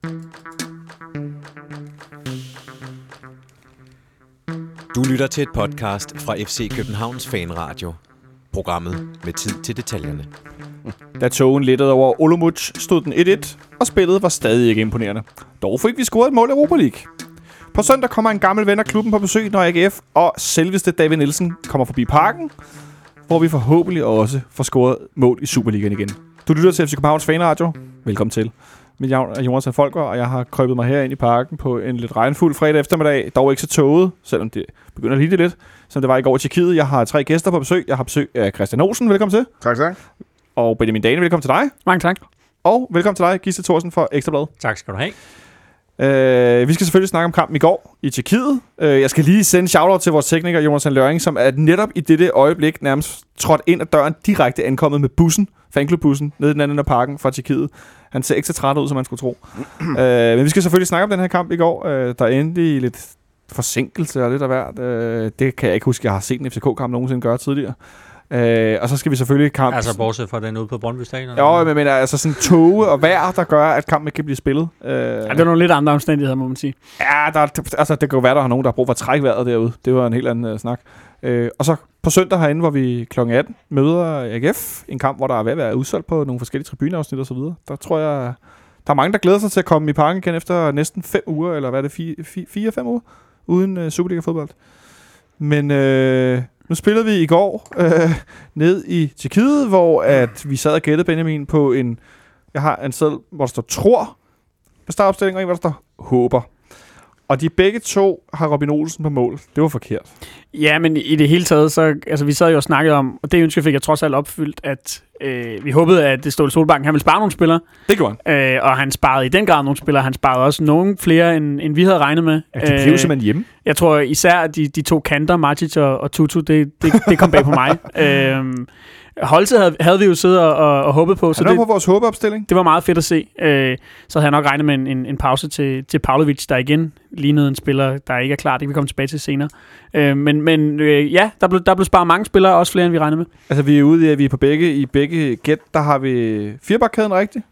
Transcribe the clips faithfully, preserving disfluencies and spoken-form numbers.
Du lytter til et podcast fra F C Københavns Fanradio. Programmet med tid til detaljerne. Da togen lettede over Olomouc, stod den et et, og spillet var stadig ikke imponerende. Dog fik vi scoret et mål i Europa League. På søndag kommer en gammel ven af klubben på besøg, når A G F og selveste David Nielsen kommer forbi parken, hvor vi forhåbentlig også får scoret mål i Superligaen igen. Du lytter til F C Københavns Fanradio. Velkommen til. Mit navn er Jonas Folker, og jeg har krøbet mig herind i parken på en lidt regnfuld fredag eftermiddag. Dog ikke så tåget, selvom det begynder at lide lidt, som det var i går i Tjekkiet. Jeg har tre gæster på besøg. Jeg har besøg af Christian Olsen. Velkommen til. Tak, tak. Og Benjamin Dane, velkommen til dig. Mange tak. Og velkommen til dig, Gisle Thorsen fra Ekstra Bladet. Tak skal du have. Uh, vi skal selvfølgelig snakke om kampen i går i Tjekkiet. Uh, jeg skal lige sende shoutout til vores tekniker, Jonas Løring, som er netop i dette øjeblik nærmest trådt ind ad døren, direkte ankommet med bussen, fanklubbussen, nede i den anden af parken fra Tjekkiet. Han ser ikke så træt ud, som man skulle tro. uh, men vi skal selvfølgelig snakke om den her kamp i går. Uh, der er endelig lidt forsinkelse og lidt af hvert. Uh, det kan jeg ikke huske, jeg har set en F C K-kamp nogensinde gøre tidligere. Uh, og så skal vi selvfølgelig kamp. Altså bortset fra den ude på Brøndby Stadion? Jo, men, men altså sådan tåge og vejr, der gør, at kampen ikke kan blive spillet. Uh, ja, det er nogle lidt andre omstændigheder, må man sige. Ja, der, altså, det kan jo være, der er nogen, der har brug for at trække vejret derude. Det var en helt anden uh, snak. Uh, og så på søndag herinde, hvor vi klokken atten møder A G F. En kamp, hvor der er ved at være udsolgt på nogle forskellige tribuneafsnit og så videre. Der tror jeg, der er mange, der glæder sig til at komme i parken igen efter næsten fem uger, eller hvad er det, fire, fire, fire fem uger, uden uh, Superliga-fodbold. Men uh, nu spillede vi i går uh, ned i Tjekkiet, hvor at vi sad og gættede, Benjamin, på en... Jeg har en seddel, hvor der står tror på startopstillingen, og en, hvor der står håber. Og de begge to har Robin Olsen på mål. Det var forkert. Ja, men i det hele taget, så altså, vi sad jo og snakkede om, og det ønske fik jeg trods alt opfyldt, at øh, vi håbede, at Ståle Solbakken, han ville spare nogle spillere. Det gjorde han. Øh, og han sparede i den grad nogle spillere. Han sparede også nogle flere, end, end vi havde regnet med. Ja, de blev øh, simpelthen hjemme. Jeg tror især, de, de to kanter, Martic og, og Tutu, det, det, det kom bag på mig. øh, Holte havde, havde vi jo siddet og, og, og håbet på. Han så var det, på vores håbeopstilling. Det var meget fedt at se. Øh, så havde jeg nok regnet med en, en, en pause til, til Pavlovic, der igen lignede en spiller, der ikke er klar. Det kan vi komme tilbage til senere. Øh, men men øh, ja, der blev, der blev sparet mange spillere, også flere end vi regnede med. Altså vi er ude i, at vi er på begge, i begge gæt, der har vi firebakkæden rigtigt.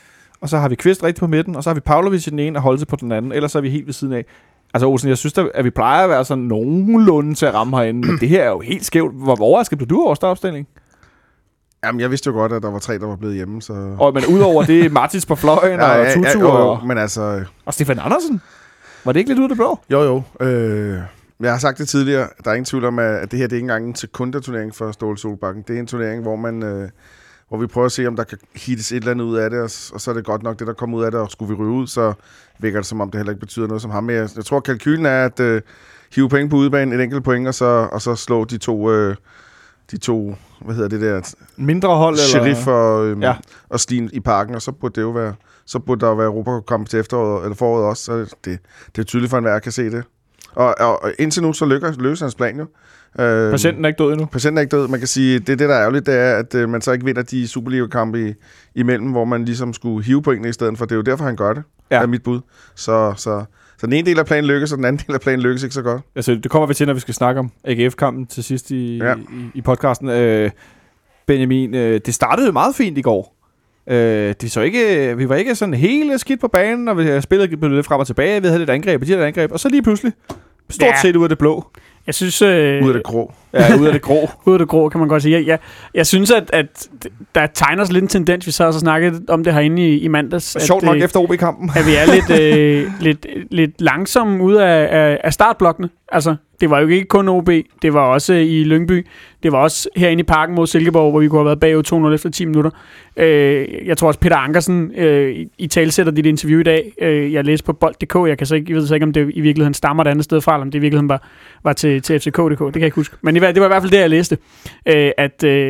Og så har vi Kvist rigtigt på midten, og så har vi Pavlovic i den ene og Holte på den anden. Ellers er vi helt ved siden af. Altså Olsen, jeg synes, at vi plejer at være sådan nogenlunde til at ramme herinde, men det her er jo helt skævt. Hvor overrasket blev du over startopstillingen? Jamen, jeg vidste jo godt, at der var tre, der var blevet hjemme, så... Og, men udover det, Martins på fløjen, ja, og Tutu, ja, ja, jo, og... men altså... Og Stefan Andersen? Var det ikke lidt ude af det blå? Jo, jo. Øh, jeg har sagt det tidligere. Der er ingen tvivl om, at det her det er ikke engang en sekundeturnering for Ståle Solbakken. Det er en turnering, hvor man... Øh, hvor vi prøver at se, om der kan hittes et eller andet ud af det, og, og så er det godt nok det, der kommer ud af det, og skulle vi ryge ud, så virker det som om, det heller ikke betyder noget som ham. Men jeg, jeg tror, kalkylen er at øh, hive point på udebanen, et enkelt point, og så, og så slå de to... Øh, de to, hvad hedder det der? Mindre hold, Sheriff eller? og, øhm, ja. og Stien i parken, og så burde det jo være, så burde der jo være Europakamp til efteråret, eller foråret også, så det, det er tydeligt for enhver kan se det. Og, og, og indtil nu, så lykker, løser hans plan jo. Øhm, Patienten er ikke død endnu. Patienten er ikke død. Man kan sige, det er det, der er ærgerligt, det er, at øh, man så ikke vinder de Superliga-kampe i, imellem, hvor man ligesom skulle hive pointene i stedet for. Det er jo derfor, han gør det, ja. Er mit bud. Så... så Så den ene del af planen lykkes, og den anden del af planen lykkes ikke så godt. Altså, det kommer vi til, når vi skal snakke om A G F-kampen til sidst i, ja. i, i podcasten. Øh, Benjamin, øh, det startede meget fint i går. Øh, det så ikke, vi var ikke sådan helt skidt på banen, og vi spillede lidt frem og tilbage. Vi havde lidt angreb, og de havde et angreb, og så lige pludselig, stort ja. set ud af det blå. Jeg synes... Øh, ud af det grå. Ja, ud af det grå. ud af det grå, kan man godt sige. Jeg, jeg, jeg synes, at, at der tegner sig lidt en tendens, vi så også snakket om det herinde i, i mandags. Sjovt nok øh, efter O B-kampen. At vi er lidt, øh, lidt, lidt langsomme ud af, af, af startblokkene. Altså, det var jo ikke kun O B, det var også i Lyngby, det var også herinde i parken mod Silkeborg, hvor vi kunne have været bagud to nul efter ti minutter. Øh, jeg tror også, Peter Ankersen øh, i, i talsætter dit interview i dag. Øh, jeg læste på bold punktum d k, jeg, kan så ikke, jeg ved så ikke, om det i virkeligheden stammer et andet sted fra, eller om det i virkeligheden var, var til, til F C K punktum d k, det kan jeg ikke huske. Men det var, det var i hvert fald det, jeg læste, øh, at, øh,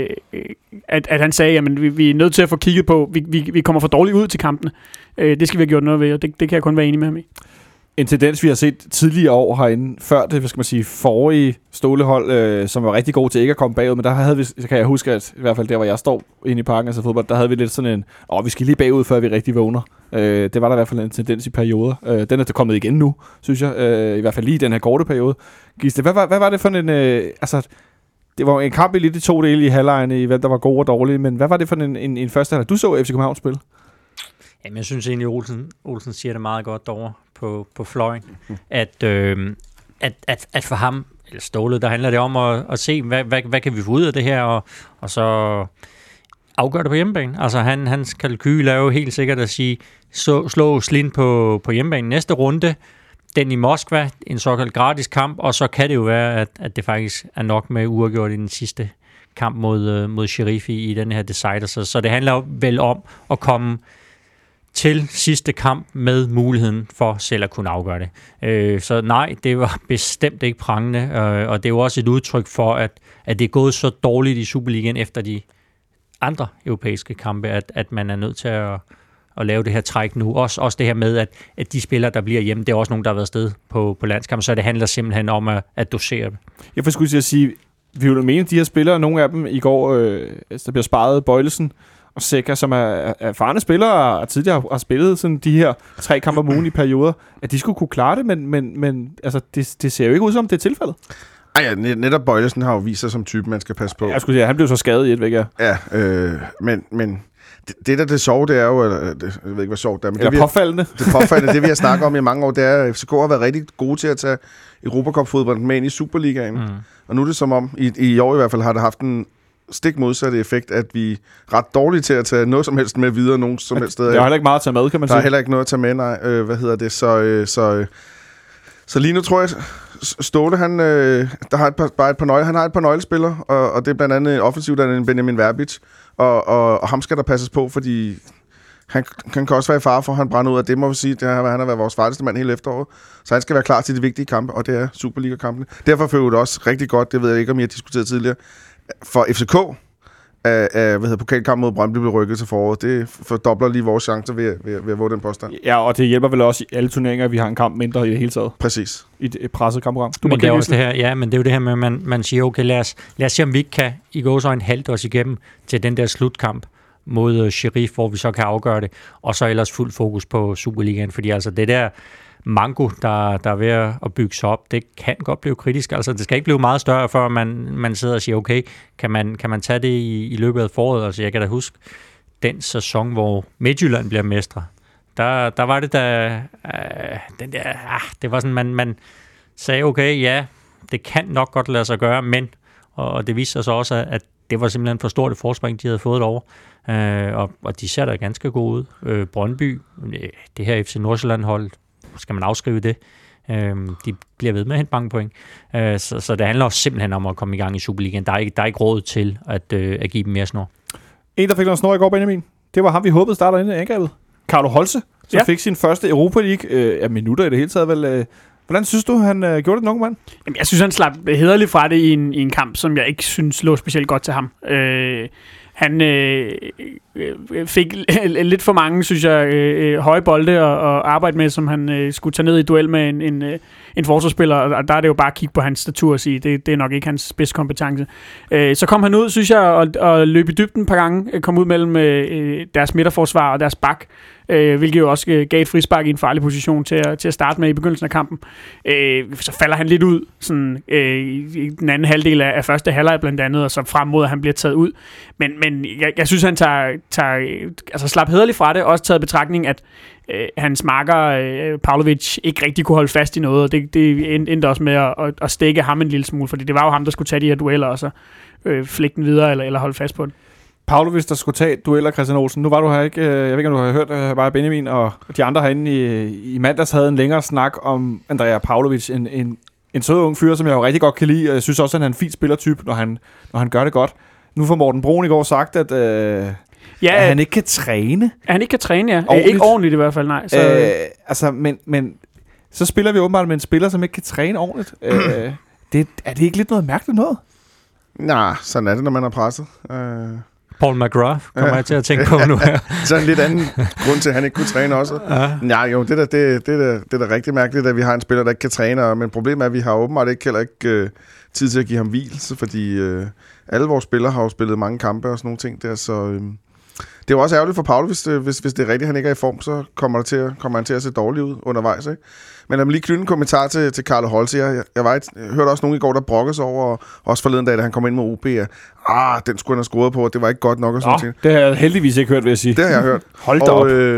at, at han sagde, at vi, vi er nødt til at få kigget på, vi, vi, vi kommer for dårligt ud til kampene. Øh, det skal vi have gjort noget ved, og det, det kan jeg kun være enig med ham i. En tendens, vi har set tidligere år herinde, før det, hvad skal man sige, forrige Stålehold, øh, som var rigtig god til ikke at komme bagud, men der havde vi, så kan jeg huske, at i hvert fald der, hvor jeg står inde i parken, altså fodbold, der havde vi lidt sådan en, åh, vi skal lige bagud, før vi rigtig vågner. Øh, det var der i hvert fald en tendens i perioder. Øh, den er der kommet igen nu, synes jeg, øh, i hvert fald lige i den her korte periode. Gisle, hvad var, hvad var det for en, øh, altså, det var en kamp i lidt i to dele i halvlejene, i hvem der var gode og dårlige, men hvad var det for en, en, en første halvleg? Du så F C København spille? Jamen, jeg synes egentlig, Olsen, Olsen siger det meget godt derovre på, på fløjen, at, øh, at, at, at for ham, eller Ståle, der handler det om at, at se, hvad, hvad, hvad kan vi få ud af det her, og, og så afgøre det på hjemmebane. Altså, han, hans kalkyl er jo helt sikkert at sige, så, slå Slind på, på hjemmebane næste runde, den i Moskva, en såkaldt gratis kamp, og så kan det jo være, at, at det faktisk er nok med uafgjort i den sidste kamp mod, mod Sheriff i, i den her decider. Så, så det handler vel om at komme til sidste kamp med muligheden for selv at kunne afgøre det. Øh, så nej, det var bestemt ikke prangende, øh, og det er jo også et udtryk for, at, at det er gået så dårligt i Superligaen efter de andre europæiske kampe, at, at man er nødt til at, at lave det her træk nu. Også, også det her med, at, at de spillere, der bliver hjemme, det er også nogen, der har været sted på, på landskamp, så det handler simpelthen om at, at dosere det. Jeg får skulle sige, vi vil mene, de her spillere, nogle af dem i går, øh, der bliver sparet, Bøjlesen og Sækker, som er, er erfarne spillere, og tidligere har spillet sådan de her tre kampe om ugen i perioder, at de skulle kunne klare det, men, men, men altså, det, det ser jo ikke ud som, det er tilfældet. Ej, ja, netop Bøjlesen har jo vist sig som type, man skal passe på. Jeg skulle sige, han blev så skadet i et væk, ja. Ja, øh, men, men det, det der det sjove, det er jo, eller, det, jeg ved ikke, hvad sjovt det er, men eller det, påfaldende. Vi, det påfaldende, det vi har snakket om i mange år, det er, at F C K har været rigtig gode til at tage Europacup-fodbolden med ind i Superligaen. Mm. Og nu er det som om, i, i år i hvert fald, har det haft en stik modsatte effekt, at vi er ret dårlige til at tage noget som helst med videre, nogen som helst steder. Der er heller ikke meget at tage med, kan man sige. sige. Der er heller ikke noget at tage med, nej. Øh, hvad hedder det? Så, øh, så, øh, så lige nu tror jeg, Ståle, han, øh, der har et par, bare et par nøgle, han har et par nøglespillere, og, og det er blandt andet offensivt af Benjamin Verbic, og, og, og ham skal der passes på, fordi han, han kan også være i fare for, at han brænder ud af det, må vi sige. Det har, han har været vores farligste mand hele efteråret, så han skal være klar til de vigtige kampe, og det er Superliga-kampene. Derfor føler det også rigtig godt, det ved jeg ikke, om I har diskuteret tidligere, for F C K, af, af hvad hedder, pokalkampen mod Brøndby blev rykket til foråret. Det fordobler lige vores chancer ved, ved, ved at våge den påstand. Ja, og det hjælper vel også i alle turneringer, at vi har en kamp mindre i det hele taget. Præcis. I et presset kampprogram. Du men det er også det her, ja, men det er jo det her med, at man, man siger, okay, lad os, lad os se, om vi ikke kan i gåseøjne halte os igennem til den der slutkamp mod uh, Sheriff, hvor vi så kan afgøre det, og så ellers fuld fokus på Superligaen, fordi altså det der manko, der, der er ved at bygge sig op, det kan godt blive kritisk. Altså, det skal ikke blive meget større, før man, man sidder og siger, okay, kan man, kan man tage det i, i løbet af foråret? Altså, jeg kan da huske den sæson, hvor Midtjylland bliver mestre. Der, der var det da, øh, den der, ah, det var sådan, man, man sagde, okay, ja, det kan nok godt lade sig gøre, men, og, og det viste sig så også, at det var simpelthen for stort et forspring, de havde fået over. Øh, og, og de ser da ganske gode ud. Øh, Brøndby, det her F C Nordsjælland-hold, skal man afskrive det. Øhm, de bliver ved med at hente mange point. Øh, så, så det handler også simpelthen om at komme i gang i Superligaen. Der er ikke, der er ikke råd til at, øh, at give dem mere snor. En, der fik noget snor i går, Benjamin, det var ham, vi håbede starter ind i angrebet. Carlo Holse, som ja. fik sin første Europa League øh, af minutter i det hele taget. Vel, øh, hvordan synes du, han øh, gjorde det den unge mand? Jamen, jeg synes, han slap hæderligt fra det i en, i en kamp, som jeg ikke synes lå specielt godt til ham. Øh, Han øh, fik lidt for mange, synes jeg, øh, høje bolde at, at arbejde med, som han øh, skulle tage ned i duel med en, en, en forsvarsspiller, og der er det jo bare at kigge på hans statur og sige, det, det er nok ikke hans bedste kompetence. Øh, så kom han ud, synes jeg, og, og løb i dybden et par gange, kom ud mellem øh, deres midterforsvar og deres bak, øh, hvilket jo også øh, gav et frispark i en farlig position til at, til at starte med i begyndelsen af kampen. Øh, så falder han lidt ud sådan, øh, i den anden halvdel af, af første halvleg blandt andet, og så frem mod, at han bliver taget ud. Men, men jeg, jeg synes, han tager, tager altså slap hæderligt fra det, også taget betragtning, at øh, hans marker, øh, Pavlovic, ikke rigtig kunne holde fast i noget, og det, det endte også med at, at, at stikke ham en lille smule, fordi det var jo ham, der skulle tage de her dueller, og så øh, flække den videre, eller, eller holde fast på den. Pavlovic, der skulle tage dueller, Christian Olsen. Nu var du her ikke, jeg ved ikke, om du har hørt, bare Benjamin og de andre herinde i, i mandags havde en længere snak om Andrea Pavlovic, en, en, en sød ung fyr, som jeg jo rigtig godt kan lide, og jeg synes også, at han er en fin spillertype, når han, når han gør det godt. Nu får Morten Brun i går sagt, at, øh, ja, at han ikke kan træne. At han ikke kan træne, ja. Ordentligt. Ikke ordentligt i hvert fald, nej. Så, øh, altså, men, men så spiller vi åbenbart med en spiller, som ikke kan træne ordentligt. øh, det, er det ikke lidt noget mærkeligt noget? Nej, sådan er det, når man er presset. Øh... Paul McGrath kommer ja. jeg til at tænke på nu her. Så en lidt anden grund til, at han ikke kunne træne også. Ja, ja jo, det er da det, det er, det er rigtig mærkeligt, at vi har en spiller, der ikke kan træne. Men problemet er, at vi har åbenbart ikke, heller ikke uh, tid til at give ham hvilelse, fordi uh, alle vores spillere har jo spillet mange kampe og sådan nogle ting der, så... Uh, det er jo også ærgerligt for Paul, hvis det, hvis, hvis det er rigtigt, han ikke er i form, så kommer, det til at, kommer han til at se dårligt ud undervejs, ikke? Men lad mig lige knytte en kommentar til, til Carlo Holse. Jeg, jeg, jeg, var et, jeg hørte også nogen i går, der brokkede sig over, og også forleden dag, da han kom ind med O B, at ah, den skulle han have scoret på, og det var ikke godt nok og sådan noget. Det har jeg heldigvis ikke hørt, vil jeg sige. Det har jeg hørt. Hold da og, op. Øh,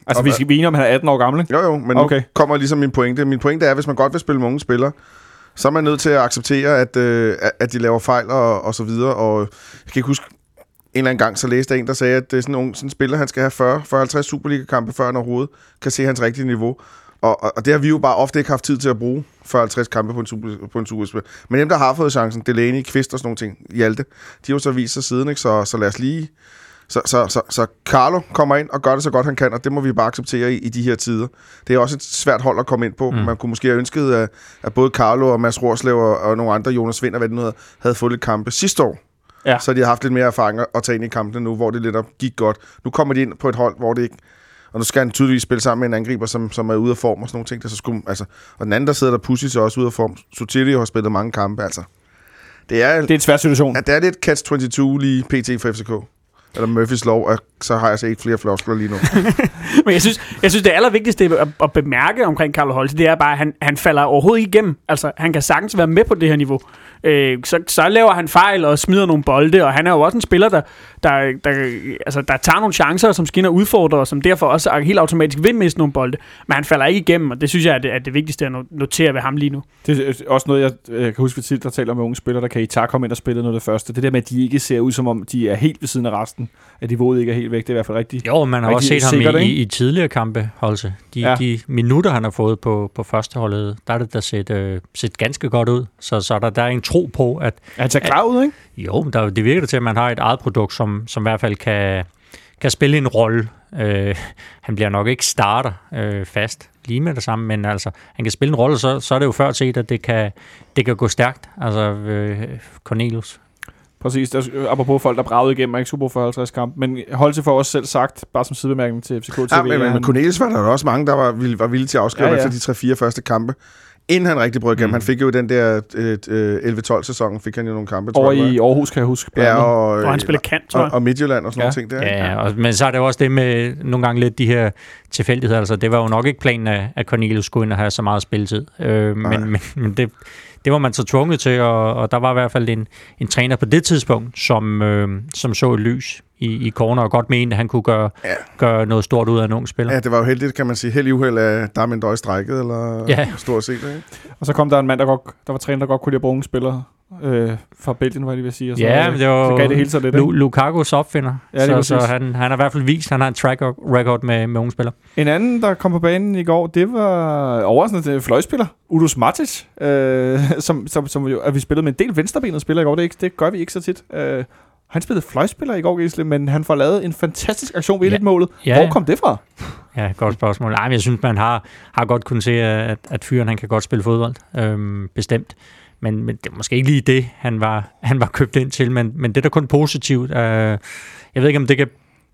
Altså, vi skal vine om, han er atten år gammel, ikke? Jo, jo, men okay. Nu kommer ligesom min pointe. Min pointe er, at hvis man godt vil spille med unge spillere, så er man nødt til at acceptere, at, øh, at de laver fejl og, og så videre. Og jeg kan ikke huske, en eller anden gang, så læste jeg en, der sagde, at det er sådan en, sådan en spiller, han skal have fyrre til halvtreds Superliga-kampe, før han overhovedet kan se hans rigtige niveau. Og, og, og det har vi jo bare ofte ikke haft tid til at bruge, fyrre til halvtreds kampe på en, super, på en Superliga. Men dem, der har fået chancen, Delaney, Kvist og sådan nogle ting, Hjalte, de har jo så vist sig siden, ikke? Så, så lad os lige... Så, så, så, så Carlo kommer ind og gør det så godt, han kan, og det må vi bare acceptere i, i de her tider. Det er også et svært hold at komme ind på. Mm. Man kunne måske have ønsket, at, at både Carlo og Mads Rorslev og, og nogle andre, Jonas Vind og hvad det nu havde, havde fået lidt kampe sidste år. Ja. Så de har haft lidt mere erfaring at tage ind i kampene nu, hvor det lidt gik godt. Nu kommer de ind på et hold, hvor det ikke... Og nu skal han tydeligvis spille sammen med en angriber, som, som er ude af form og sådan nogle ting. Der så skulle, altså, og den anden, der sidder der, Pusic, er også ude af form. Sotilio har spillet mange kampe, altså. Det er, det er en svær situation. Ja, det er lidt catch toogtyve lige P T for F C K. Eller Murphys lov, og så har jeg set flere floskler lige nu. Men jeg synes, jeg synes, det allervigtigste at, at bemærke omkring Carlo Holte, det er bare, at han, han falder overhovedet ikke igennem. Altså, han kan sagtens være med på det her niveau. Øh, så, så laver han fejl og smider nogle bolde, og han er jo også en spiller, der, der, der, altså, der tager nogle chancer, som skinner udfordrer, og som derfor også helt automatisk vil miste nogle bolde. Men han falder ikke igennem, og det synes jeg er det, er det vigtigste at notere ved ham lige nu. Det er også noget, jeg, jeg kan huske, at der taler med unge spillere, der kan i tak komme ind og spille noget af det første. Det der med, at de ikke ser ud, som om de er helt ved siden af resten, at niveauet ikke er helt væk, det er i hvert fald rigtigt. Jo, man har også set sikkert, ham i, i, i tidligere kampe, Holse. De, ja. de minutter, han har fået på, på førsteholdet, der er det der set, øh, set ganske godt ud. Så, så der, der er en tro på, at... Han tager klar ud, ikke? Jo, der, det virker til, at man har et eget produkt, som, som i hvert fald kan, kan spille en rolle. Øh, han bliver nok ikke starter øh, fast lige med det samme, men altså, han kan spille en rolle, så, så er det jo før set, at det kan, det kan gå stærkt. Altså, øh, Cornelius. Præcis, der, apropos folk, der bragede igennem, er ikke super for halvtreds kamp, men Holte får også selv sagt, bare som sidebemærkning til F C K T V. Ja, men, men han... Cornelius var der også mange, der var, var villige til at afskrive ja, ja. efter de tre fire første kampe. Inden han rigtig brød igennem. Mm. Han fik jo den der øh, elleve tolv sæson, fik han jo nogle kampe. Over i Aarhus, kan jeg huske. Ja, og, og han spiller kant, tror jeg. Og, og Midtjylland og sådan ja. nogle ting der. Ja, og, men så er det også det med nogle gange lidt de her tilfældigheder. Altså, det var jo nok ikke planen, at Cornelius skulle ind og have så meget spilletid. Øh, men men, men det, det var man så tvunget til, og, og der var i hvert fald en, en træner på det tidspunkt, som, øh, som så et lys i, i corner, og godt mente, at han kunne gøre, ja. gøre noget stort ud af en ung spiller. Ja, det var jo heldigt, kan man sige. Held i uheld af Darmin Døj strækket, eller ja. stort set. Ikke? Og så kom der en mand, der, godt, der var træner, der godt kunne lide at bruge unge spillere. Øh, fra Belgien, hvad jeg lige vil sige. Og så, ja, men det var så gav det hele sig lidt. Lu- Lukakus opfinder. Ja, så så han, han har i hvert fald vist, han har en track record med, med unge spillere. En anden, der kom på banen i går, det var overraskende en fløjspiller, Udus Matic, øh, som, som, som jo, at vi spillede med en del venstrebenede spillere i går. Det, ikke, det gør vi ikke så tit. Øh, han spillede fløjspiller i går, Gisle, men han får lavet en fantastisk aktion ved ja. målet. Ja, Hvor kom det fra? Ja, godt spørgsmål. Ej, men jeg synes, man har, har godt kunnet se, at, at fyren han kan godt spille fodbold. Øhm, bestemt. Men, men det er måske ikke lige det, han var, han var købt ind til, men, men det er da kun positivt. Uh, jeg ved ikke, om det kan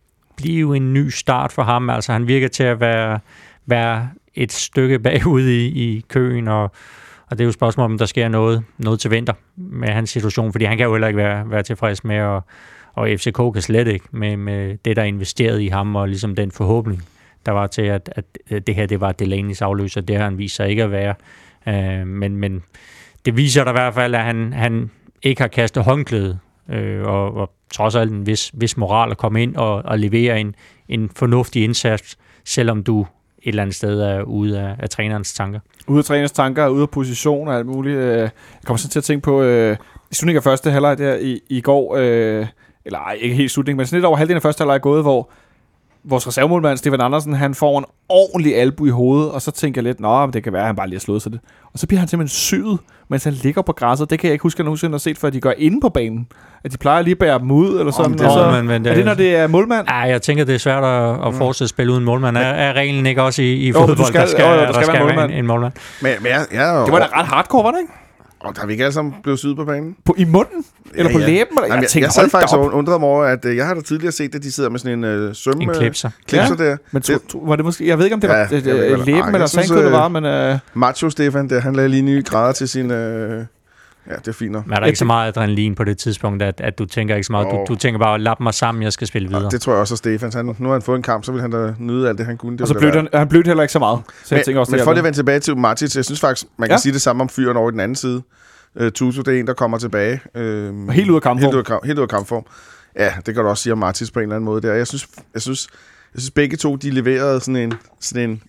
blive en ny start for ham. Altså, han virker til at være, være et stykke bagud i, i køen, og, og det er jo et spørgsmål, om der sker noget, noget til vinter med hans situation, fordi han kan jo heller ikke være, være tilfreds med, og, og F C K kan slet ikke med, med det, der er investeret i ham, og ligesom den forhåbning, der var til, at, at det her det var Delaneys afløser. Det har han vist sig ikke at være. Uh, men, men det viser da i hvert fald, at han, han ikke har kastet håndklædet, øh, og, og trods alt en vis, vis moral at komme ind og, og levere en, en fornuftig indsats, selvom du et eller andet sted er ude af, af trænerens tanker. Ude af trænerens tanker, ude af position og alt muligt. Jeg kommer sådan til at tænke på, øh, i slutningen af første halvleg der i, i går, øh, eller ej, ikke helt slutningen, men sådan lidt over halvdelen af første halvleg er gået, hvor vores reservemålmand, Stefan Andersen, han får en ordentlig albu i hovedet, og så tænker jeg lidt, nå, det kan være, at han bare lige har slået sig det. Og så bliver han simpelthen syet, mens han ligger på græsset. Det kan jeg ikke huske, at jeg nogensinde har set, før de gør inde på banen. At de plejer lige at bære dem ud, eller sådan. Oh, så, men, men det, er det, når det er målmand? Ja, jeg tænker, det er svært at, at fortsætte at spille uden målmand. Er, er reglen ikke også i, i jo, fodbold, skal, der skal, jo, jo, der der skal, skal være, være målmand. en, en målmand? Men, men jeg, jeg, det var da ret hardcore, var det ikke? Og der har vi ikke alle sammen blevet syet på banen? På, I munden? Eller ja, på ja. læben? Eller? Jamen, jeg, jeg, jeg sad faktisk og undrede mig over, at uh, jeg har da tidligere set, at de sidder med sådan en uh, søm... En klipser. Klipser ja. der. Men to, to, var det måske... Jeg ved ikke, om det ja, var det, det, læben nej, eller sandkød, det var, men... Uh... Macho Stefan, der, han lagde lige nye grader til sin... Uh... Ja, det er fint. Men er der ikke så meget adrenalin på det tidspunkt, at, at du tænker ikke så meget? Oh. Du, du tænker bare, lap mig sammen, jeg skal spille videre. Ja, det tror jeg også, at Stefan. Han, nu har han fået en kamp, så vil han da nyde alt det, han kunne. Det og så blødte han, han blødte heller ikke så meget. Så men, jeg tænker også, men det for at vende tilbage til Matic, jeg synes faktisk, man kan ja. sige det samme om fyren over i den anden side. Uh, Tutu, det er en, der kommer tilbage. Uh, helt ud af kampform. Helt ud af, helt ud af kampform. Ja, det kan du også sige om Matic på en eller anden måde der. Jeg synes, jeg synes Jeg synes, begge to, de leverede sådan en, sådan en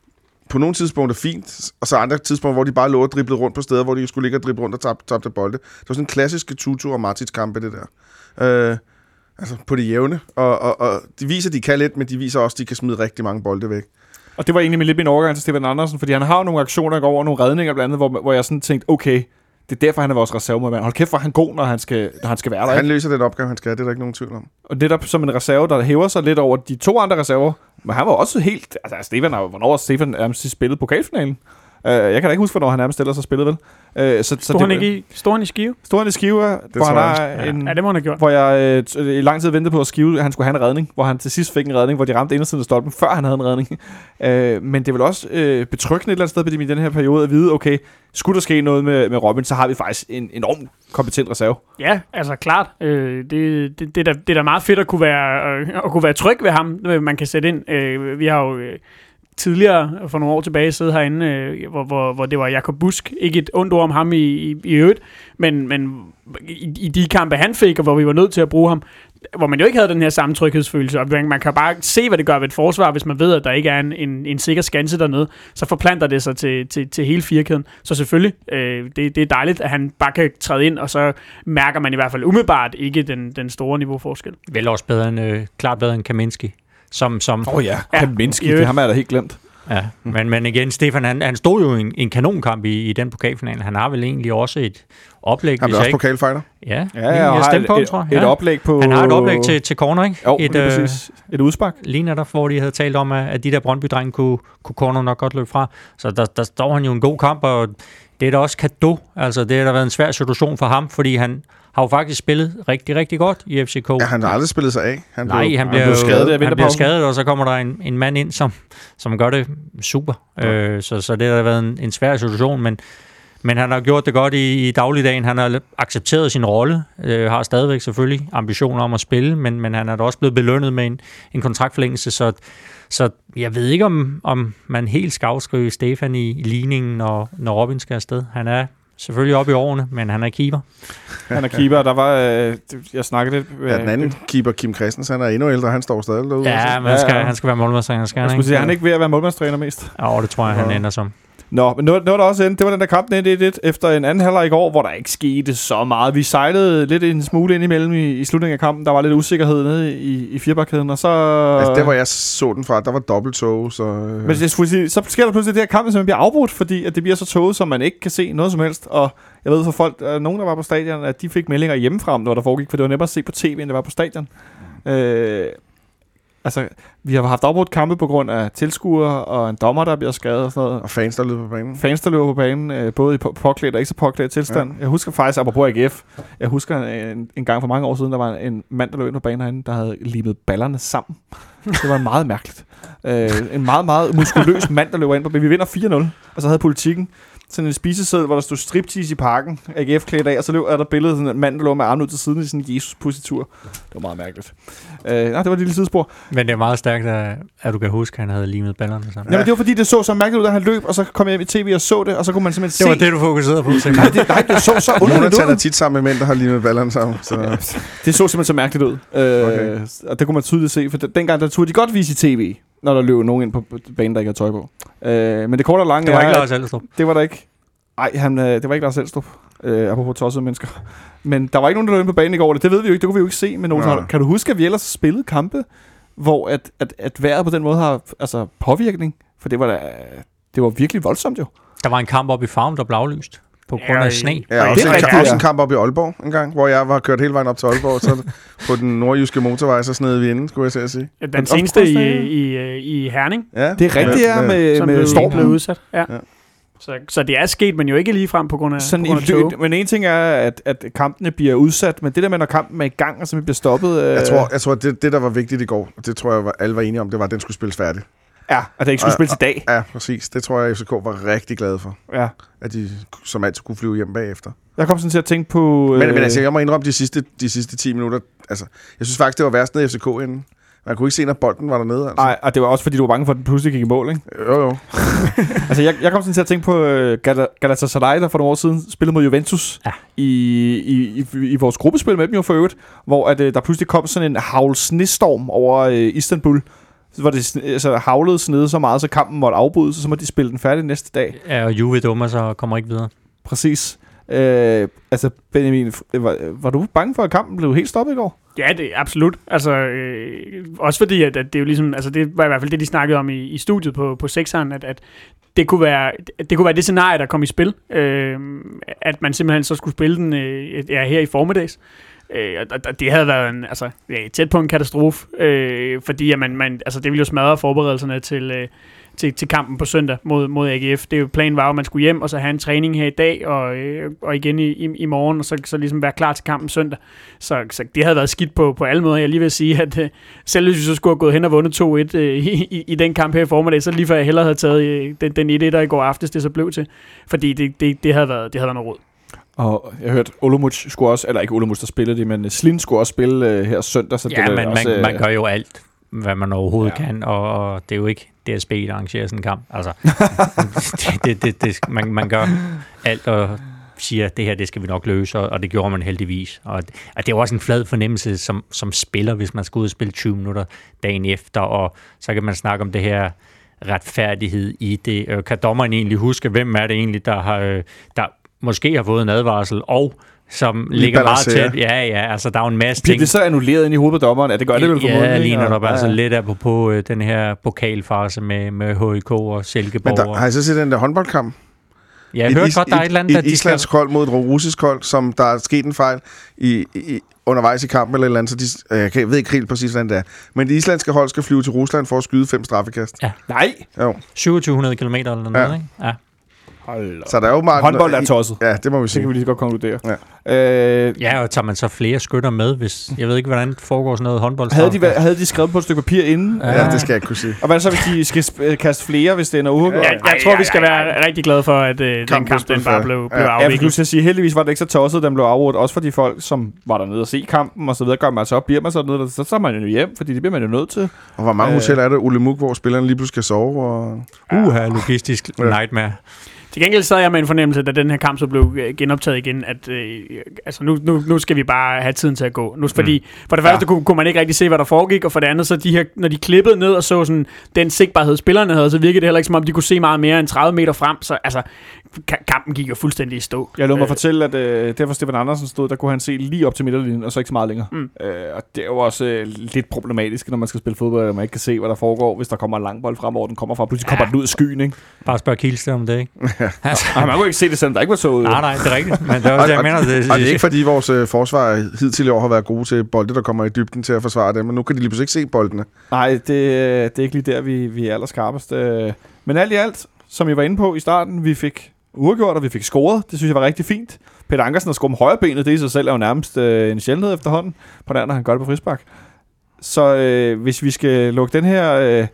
på nogle tidspunkter fint, og så andre tidspunkter, hvor de bare lå og driblede rundt på steder, hvor de skulle ligge og drible rundt og tabte tab bolde. Det var sådan en klassisk Tutu og Martins kampe, det der. Øh, altså på det jævne. Og, og, og de viser, at de kan lidt, men de viser også, at de kan smide rigtig mange bolde væk. Og det var egentlig lidt min overgang til Stefan Andersen, fordi han har jo nogle aktioner, der går over, nogle redninger blandt andet, hvor, hvor jeg sådan tænkte, okay, det er derfor, han er vores reservemålmand. Hold kæft, hvor han god, når han skal, når han skal være der. Han ikke? løser den opgave, han skal. Det er der ikke nogen tvivl om. Og det der som en reserve, der hæver sig lidt over de to andre reserver. Men han var også helt... Altså, Stefan har jo... Hvornår har Stefan nærmest spillet pokalfinalen? Uh, jeg kan da ikke huske, hvornår han nærmest stiller sig spillet, vel? Uh, så, Stod han ikke i, stod han i Skive? Stod han i Skive, hvor han har en... Ja, det må han have gjort. Hvor jeg uh, i lang tid ventede på at Skive, han skulle have en redning. Hvor han til sidst fik en redning, hvor de ramte indersiden af stolpen, før han havde en redning. Uh, men det er vel også uh, betryggende et eller andet sted i den her periode at vide, okay, skulle der ske noget med, med Robin, så har vi faktisk en enormt kompetent reserve. Ja, altså klart. Øh, det, det, det, er da, det er da meget fedt at kunne være, øh, at kunne være tryg ved ham, man kan sætte ind. Øh, vi har jo... Øh, tidligere, for nogle år tilbage, sidde herinde, øh, hvor, hvor, hvor det var Jakob Busk. Ikke et ondt ord om ham i, i, i øvrigt, men, men i, i de kampe, han fik, og hvor vi var nødt til at bruge ham, hvor man jo ikke havde den her samme tryghedsfølelse, og man, man kan bare se, hvad det gør ved et forsvar, hvis man ved, at der ikke er en, en, en sikker skanse dernede, så forplanter det sig til, til, til hele firkæden. Så selvfølgelig, øh, det, det er dejligt, at han bare kan træde ind, og så mærker man i hvert fald umiddelbart ikke den, den store niveauforskel. Vel også bedre end, øh, klart bedre end Kaminski. Som, som, Åh oh ja, ja, Kaminski, det har man da helt glemt. Ja, men, men igen, Stefan, han, han stod jo i en, en kanonkamp i, i den pokalfinal. Han har vel egentlig også et oplæg. Han er også pokalfighter. Ja, ja, ja, og jeg har på, et, tror jeg. Et ja. oplæg på... Han har et oplæg til, til corner, ikke? Jo, et, det er præcis. Et udspark. Lige netop, hvor de havde talt om, at de der Brøndby-drenge kunne, kunne corner nok godt løbe fra. Så der, der står han jo en god kamp, og det er da også cadeau. Altså, det har da været en svær situation for ham, fordi han har jo faktisk spillet rigtig, rigtig godt i F C K. Ja, han har aldrig spillet sig af. Han Nej, blev, han bliver, han blev skadet, han bliver skadet, og så kommer der en, en mand ind, som, som gør det super. Ja. Øh, så, så det har været en, en svær situation, men, men han har gjort det godt i, i dagligdagen. Han har accepteret sin rolle, øh, har stadigvæk selvfølgelig ambitioner om at spille, men, men han er da også blevet belønnet med en, en kontraktforlængelse, så, så jeg ved ikke, om, om man helt skal afskrive Stefan i, i ligningen, når, når Robin skal afsted. Han er selvfølgelig oppe i årene, men han er keeper. Han er keeper, der var... Øh, jeg snakkede lidt... Øh, ja, den anden keeper, Kim Christensen, han er endnu ældre, han står stadig derude. Ja, men han skal, han skal være målmandstræner, skal han ikke? Jeg skulle sige, han er ikke ved at være målmandstræner mest. Ja, det tror jeg, han ender som. Nå, men noget, noget der også endte, det var den der kamp et et efter en anden halvleg i går, hvor der ikke skete så meget. Vi sejlede lidt en smule ind imellem i, i slutningen af kampen. Der var lidt usikkerhed nede i, i firebakkæden, og så... Altså, der hvor jeg så den fra, der var dobbelt tog, så... Øh. Men det skulle sige, så sker der pludselig det her kamp, som bliver afbrudt, fordi at det bliver så toget, som man ikke kan se noget som helst. Og jeg ved for folk, der nogen, der var på stadion, at de fik meldinger hjemmefra, når der foregik, for det var nemmere at se på tv, end det var på stadion. Øh... Altså, vi har haft afbrudt kampe på grund af tilskuere og en dommer, der bliver skadet og sådan noget. Og fans, der løber på banen. Fans, der løber på banen, øh, både i påklædt og ikke så påklædt tilstand. Ja. Jeg husker faktisk, apropos A G F, jeg husker en, en gang for mange år siden, der var en mand, der løb ind på banen herinde, der havde limet ballerne sammen. Det var meget mærkeligt. Øh, en meget, meget muskuløs mand, der løber ind på banen. Vi vinder fire nul, og så havde Politikken sådan en spiseseddel, hvor der stod striptease i parken, A G F klædt af, og så løb der billedet sådan en mand, der lå med armen ud til siden i sådan en Jesus-positur. Det var meget mærkeligt. Øh, nej, det var et lille sidespor. Men det er meget stærkt, at, at du kan huske, at han havde limet ballerne sammen. Ja, men det var fordi, det så så mærkeligt ud, da han løb, og så kom jeg hjem i tv og så det, og så kunne man simpelthen se... Det var det, du fokuserede på. Nej, det, nej, det så så Nogle underligt taler ud. tit sammen med mænd, der har limet ballerne sammen. Så. Det så simpelthen så mærkeligt ud. Øh, okay. Og det kunne man tydeligt se, for dengang der turde de godt vise i tv, når der løb nogen ind på banen, der ikke havde tøj på. Øh, men det korte og lange... Det var er, ikke Lars Elstrup. Det var der ikke. Nej, han, øh, det var ikke Lars Elstrup, øh, apropos tossede mennesker. Men der var ikke nogen, der løb ind på banen i går. Det ved vi jo ikke, det kunne vi jo ikke se. Men nogen, ja. Kan du huske, at vi ellers spillede kampe, hvor at, at, at vejret på den måde har altså, påvirkning? For det var, da, det var virkelig voldsomt jo. Der var en kamp op i Farm, der blev aflyst på grund af sne. Ja, også, det en, også en kamp op i Aalborg en gang, hvor jeg var kørt hele vejen op til Aalborg, så på den nordjyske motorvej, så sned vi inden, skulle jeg sige. sige. Den, den seneste i, i, i Herning. Ja, det er rigtigt, ja, med, med, med stormen blev udsat. Ja. Ja. Så, så det er sket, men jo ikke lige frem på grund af, sådan på grund af tog. Men en ting er, at, at kampene bliver udsat, men det der med, når kampen er i gang, og så bliver stoppet... Øh... Jeg tror, jeg tror det, det, der var vigtigt i går, og det tror jeg, var, alle var enige om, det var, at den skulle spilles færdig. Ja, at det ikke skulle spilles i dag. Ja, præcis. Det tror jeg, at F C K var rigtig glade for. Ja. At de som altid kunne flyve hjem bagefter. Jeg kom sådan til at tænke på... Øh... Men, men altså, jeg må indrømme de sidste, de sidste ti minutter. Altså, jeg synes faktisk, det var værst nede i F C K inden. Man kunne ikke se, når bolden var dernede. Altså. Nej, og det var også, fordi du var bange for, at den pludselig gik i mål, ikke? Jo, jo. altså, jeg, jeg kom sådan til at tænke på uh, Galatasaray, der for nogle år siden spillede mod Juventus ja. i, i, i, i vores gruppespil med dem jo for øvrigt, hvor at, uh, der pludselig kom sådan en havl snestorm over uh, Istanbul, hvor det sne, altså, havlede snede så meget, så kampen måtte afbrydes, så må de spille den færdig næste dag. Ja, og Juve dummer så kommer ikke videre. Præcis. Øh, altså, Benjamin, var, var du bange for, at kampen blev helt stoppet i går? Ja, det er absolut. Altså, øh, også fordi, at, at det er jo ligesom, altså det var i hvert fald det, de snakkede om i, i studiet på, på sekseren, at, at det kunne være det kunne være det scenarie, der kom i spil. Øh, at man simpelthen så skulle spille den øh, ja, her i formiddags. Øh, og det havde været en, altså, ja, tæt på en katastrofe, øh, fordi at man, man, altså, det ville jo smadre forberedelserne til, øh, til, til kampen på søndag mod, mod A G F. Det planen var jo, at man skulle hjem og så have en træning her i dag og, øh, og igen i, i, i morgen, og så, så ligesom være klar til kampen søndag. Så, så det havde været skidt på, på alle måder. Jeg lige vil sige, at øh, selv hvis vi så skulle have gået hen og vundet to et øh, i, i, i den kamp her i formiddag, så lige før jeg hellere havde taget øh, den, den et etter i går aftes, det så blev til. Fordi det, det, det, havde, været, det havde været noget råd. Og jeg hørte, Olomouc skulle også, eller ikke Olomouc, der spillede det, men Slin skulle også spille øh, her søndag. Så ja, det men også, man, man gør jo alt, hvad man overhovedet ja. kan, og, og det er jo ikke D S B, der arrangerer sådan en kamp. Altså, det, det, det, det, man, man gør alt og siger, at det her, det skal vi nok løse, og, og det gjorde man heldigvis. Og, og det er jo også en flad fornemmelse som, som spiller, hvis man skal ud og spille tyve minutter dagen efter, og så kan man snakke om det her retfærdighed i det. Kan dommeren egentlig huske, hvem er det egentlig, der har... Der måske har fået en advarsel, og som lige ligger meget balancerer. tæt. Ja, ja, altså der er jo en masse Bliver ting. det så annulleret ind i hovedet på dommeren? Ja, det gør det vel formodentlig. Ja, lige netop. Ja, Altså ja. lidt apropos øh, den her pokalfase med, med H I K og Silkeborg. Men der, har I så set den der håndboldkamp? Ja, jeg hørte godt, der er et eller andet, et, der et de skal... islandsk hold mod et russisk hold, som der er sket en fejl i, i, undervejs i kampen eller et eller andet, så de, jeg, kan, jeg ved ikke helt præcis, hvordan det er. Men det islandske hold skal flyve til Rusland for at skyde fem straffekast. Ja. Nej! Jo. syvogtyve hundrede kilometer eller noget, Ja. ikke? Ja. Så der er jo meget... Håndbold er tosset. Ja, det må vi Det sige. kan vi lige så godt konkludere. Ja. Øh, Ja, og tager man så flere skytter med, hvis... Jeg ved ikke, hvordan det foregår sådan noget håndbold. havde, de, været- havde de skrevet på et stykke papir inden? Ja. Ja, det skal jeg ikke kunne sige. Og hvad så, hvis de skal sp- kaste flere, hvis det er noget uafgjort? Jeg, jeg tror, vi skal være rigtig glade for, at øh, den Kampen kamp den blev bare færdig. blev, Ja. blev Ja, Ja, for afviklet. du skal sige, heldigvis var det ikke så tosset, den blev afrådt, også for de folk, som var dernede og se kampen, og så videre, gør man så op, bliver man så dernede, så tager man jo hjem, fordi det bliver man jo nødt til. Og hvor mange Øh. hoteller er der, Ole Muk, hvor spillerne lige pludselig skal sove? Og... Uha, logistisk nightmare. Til gengæld sad jeg med en fornemmelse, da den her kamp så blev øh, genoptaget igen, at øh, altså nu, nu, nu skal vi bare have tiden til at gå. Nu, fordi mm. for det første ja. kunne, kunne man ikke rigtig se, hvad der foregik, og for det andet, så de her, når de klippede ned og så sådan, den sigtbarhed, spillerne havde, så virkede det heller ikke, som om de kunne se meget mere end tredive meter frem. Så altså, ka- kampen gik jo fuldstændig i stå. Jeg lå mig Øh. fortælle, at øh, der hvor Stefan Andersen stod, der kunne han se lige op til midterlinjen, og så ikke så meget længere. Mm. Øh, og det er jo også øh, lidt problematisk, når man skal spille fodbold, at man ikke kan se, hvad der foregår, hvis der kommer en lang bold frem, hvor den kommer fra. Pludselig kommer Ja. den ud af skyen, ikke? Bare spørg Kielste om det, ikke? Altså, Ej, man kunne ikke se det, selvom der ikke var så. nej, nej, det er rigtigt. Men det er Og, også det, jeg og, mener. Det, og det er ikke fordi vores øh, forsvar hidtil i år har været gode til bolde, der kommer i dybden til at forsvare dem, men nu kan de lige pludselig ikke se boldene. Nej, det, det er ikke lige der, vi, vi er allerskarpest. Øh, Men alt i alt, som jeg var inde på i starten, vi fik uafgjort, og vi fik scoret. Det synes jeg var rigtig fint. Peter Ankersen har scoret med højre benet, det i sig selv er jo nærmest øh, en sjældenhed efterhånden. På den anden, han gør det på frispark. Så øh, hvis vi skal lukke den her øh,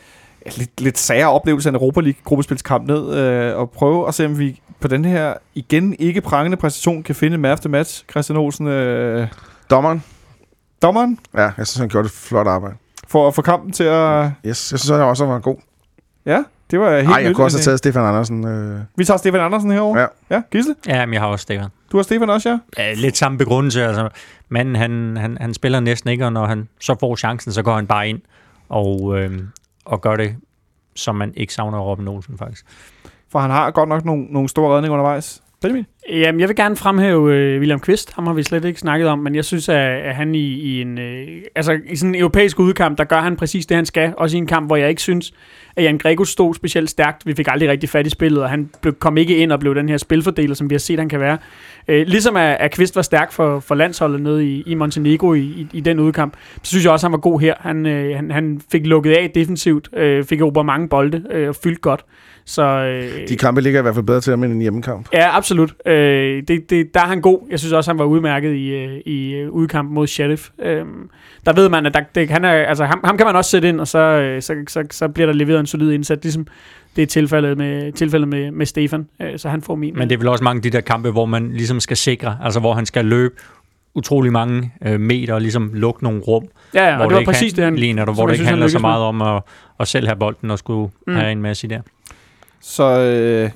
lidt, lidt sære oplevelse af en Europa League-gruppespilskamp ned, øh, og prøve at se, om vi på den her igen ikke prangende præstation kan finde man after match. Christian Olsen, øh, Dommeren? dommeren, Ja, jeg synes, han gjorde et flot arbejde. for at få kampen til at... Yes, jeg synes, han også var god. Ja, det var helt Nej, jeg nyt, kunne også men, have taget Stefan Andersen. Øh. Vi tager Stefan Andersen herover. Ja. Ja, Gisle? Ja, men jeg har også Stefan. Du har Stefan også, ja? Ja, lidt samme begrundelse. Altså, manden, han, han, han spiller næsten ikke, og når han så får chancen, så går han bare ind og, øh, og gør det, som man ikke savner Robin Olsen, faktisk. For han har godt nok nogle, nogle store redninger undervejs. Benjamin? Jamen, jeg vil gerne fremhæve øh, William Kvist. Ham har vi slet ikke snakket om, men jeg synes, at, at han i, i en øh, altså i sådan en europæisk udkamp, der gør han præcis det, han skal. Også i en kamp, hvor jeg ikke synes, at Jan Grego stod specielt stærkt. Vi fik aldrig rigtig fat i spillet, og han blev, kom ikke ind og blev den her spilfordeler, som vi har set, han kan være. Øh, ligesom at, at Kvist var stærk for, for landsholdet nede i, i Montenegro i, i, i den udkamp, så synes jeg også, at han var god her. Han, øh, han, han fik lukket af defensivt, øh, fik erobret mange bolde øh, og fyldt godt. Så, øh, De kampe ligger i hvert fald bedre til ham end en hjemmekamp. Ja, absolut. Øh, det, det, der er han god. Jeg synes også, han var udmærket i, øh, i øh, udkampen mod Sheriff. Øh, der ved man, at der, det, han er, altså, ham, ham kan man også sætte ind, og så, øh, så, så, så bliver der leveret en solid indsats, ligesom det er tilfældet med, tilfældet med, med Stefan. Øh, så han får min. Men det er vel også mange af de der kampe, hvor man ligesom skal sikre, altså hvor han skal løbe utrolig mange øh, meter og ligesom lukke nogle rum. Ja, ja, hvor og det var ikke præcis han, det, han... ligner, hvor som det jeg ikke synes, han handler så lykkes med. meget om at, at selv have bolden og skulle Mm. mm. have en masse i der. Så øh,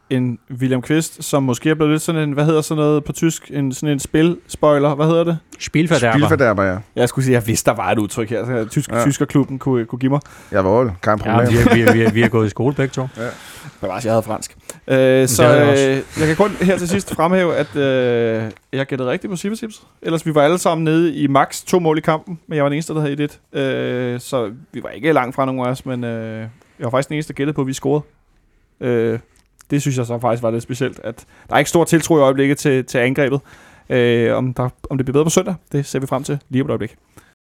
en William Kvist, som måske er blevet lidt sådan en, hvad hedder sådan noget på tysk, en, sådan en spil-spoiler, hvad hedder det? Spielverderber. Spielverderber, ja. Jeg skulle sige, at jeg vidste, der var et udtryk her, så tysk, Ja. tyskerklubben kunne, kunne give mig. Jeg var det. Kein problem. Ja, vi, er, vi, er, vi, er, vi er gået i skole begge to. Ja. Bevares, jeg havde fransk. Øh, så havde jeg også. øh, jeg kan kun her til sidst fremhæve, at øh, jeg gættede rigtigt på Sivasips. Ellers vi var alle sammen nede i max to mål i kampen, men jeg var den eneste, der havde et et. Øh, så vi var ikke langt fra nogen af os, men øh, jeg var faktisk den eneste, der gættede på, at vi scorede. Øh, det synes jeg så faktisk var lidt specielt, at der er ikke stor tiltro i øjeblikket til, til angrebet. Øh, om, der, om det bliver bedre på søndag, det ser vi frem til lige på et øjeblik.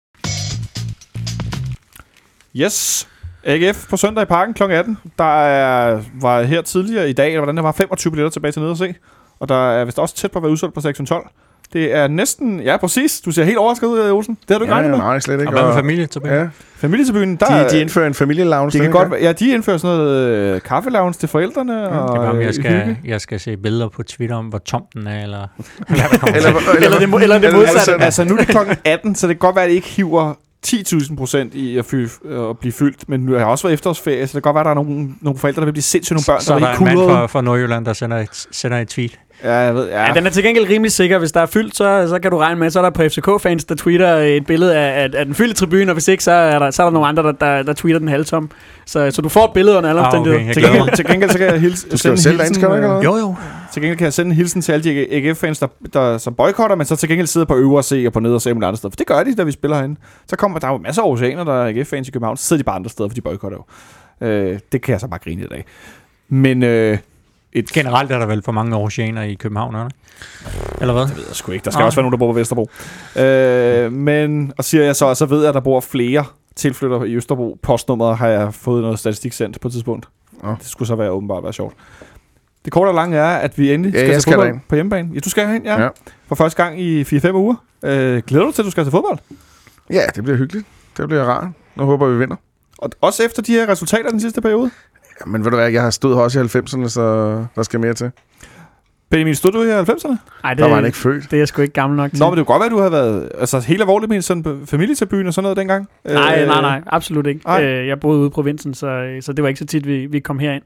Yes. A G F på søndag i Parken klokken atten. Der er, var her tidligere i dag, eller hvordan der var, femogtyve billetter tilbage til nede at se. Og der er vist også tæt på at være udsolgt på sektion tolv. Det er næsten, ja præcis, du ser helt overrasket ud, Olsen. Det har du ikke Ja, regnet ja, med. nej, slet ikke. Og hvad med Og- familie tilbage? Ja. Familietilbyen, der De, de indfører en familielounge. de kan ikke? godt, være- ja, de indfører sådan noget øh, kaffelounge til forældrene. Ja, og, Det er bare, om øh, jeg skal, hygge. jeg skal se billeder på Twitter om, hvor tom den er, eller hvad der kommer Eller, til. eller, Eller det, mo- eller det eller- modsatte. eller- Altså, nu er det klokken atten, så det kan godt være, at det ikke hiver ti tusind procent i at, fy, at blive fyldt. Men nu har jeg også været efterårsferie, så det kan godt være, at der er nogle, nogle forældre, der vil blive sindssygt nogle børn, Så der er er der helt en mand kudrede. fra, fra Nordjylland, der sender et, sender et tweet. Ja, jeg ved, ja. Ja, den er til gengæld rimelig sikker. Hvis der er fyldt, så, så kan du regne med, så er der på F C K-fans, der tweeter et billede af, af, af den fyldte tribune, og hvis ikke, så er der, så er der nogle andre, der, der, der tweeter den halvtom. Så, så du får et billede under alle Ah, okay. omstændigheder. Jeg Til glæder gengæld, mig. til gengæld så kan jeg hilse, Du skal jo sende selv en derinde, hilsen, skal du ikke, eller øh, hvad? Jo, jo. Til gengæld kan jeg sende en hilsen til alle de A G F-fans, der, der som boykotter, men så til gengæld sidder på øvre C og på ned og se andre steder. For det gør de, da vi spiller herinde. Så kommer der jo masser af oceaner, der er A G F-fans i København. Så sidder de bare andre steder, for de boykotter jo. Øh, det kan jeg så bare grine i dag. Men øh, et Generelt er der vel for mange oceaner i København, eller? Eller hvad? ved jeg sgu ikke. Der skal Nej. også være nogen, der bor på Vesterbro. Øh, men, og siger jeg så, så ved jeg, at der bor flere tilflytter i Østerbro. Postnummeret har jeg fået noget statistik sendt på et tidspunkt. Nå. Det skulle så være åbenbart være sjovt. Det korte og lange er, at vi endelig Ja, skal jeg til skal fodbold derind. på hjemmebane. Ja, du skal hen, ja. Ja. For første gang i fire fem uger. Øh, glæder du til, at du skal til fodbold? Ja, det bliver hyggeligt. Det bliver rart. Nu håber vi vinder. Og også efter de her resultater den sidste periode. Ja, men ved du hvad, jeg har stået her også i halvfemserne, så der skal mere til. Benjamin, stod du i halvfemserne? Ej, det, Der var han ikke født. det er jeg sgu ikke gammel nok til. Nå, men det kunne godt være, at du havde været altså, helt alvorligt med sådan på familietilbyen og sådan noget dengang. Nej, Øh, nej, nej, absolut ikke. nej. Øh, jeg boede ude i provinsen, så, så det var ikke så tit, vi, vi kom herind.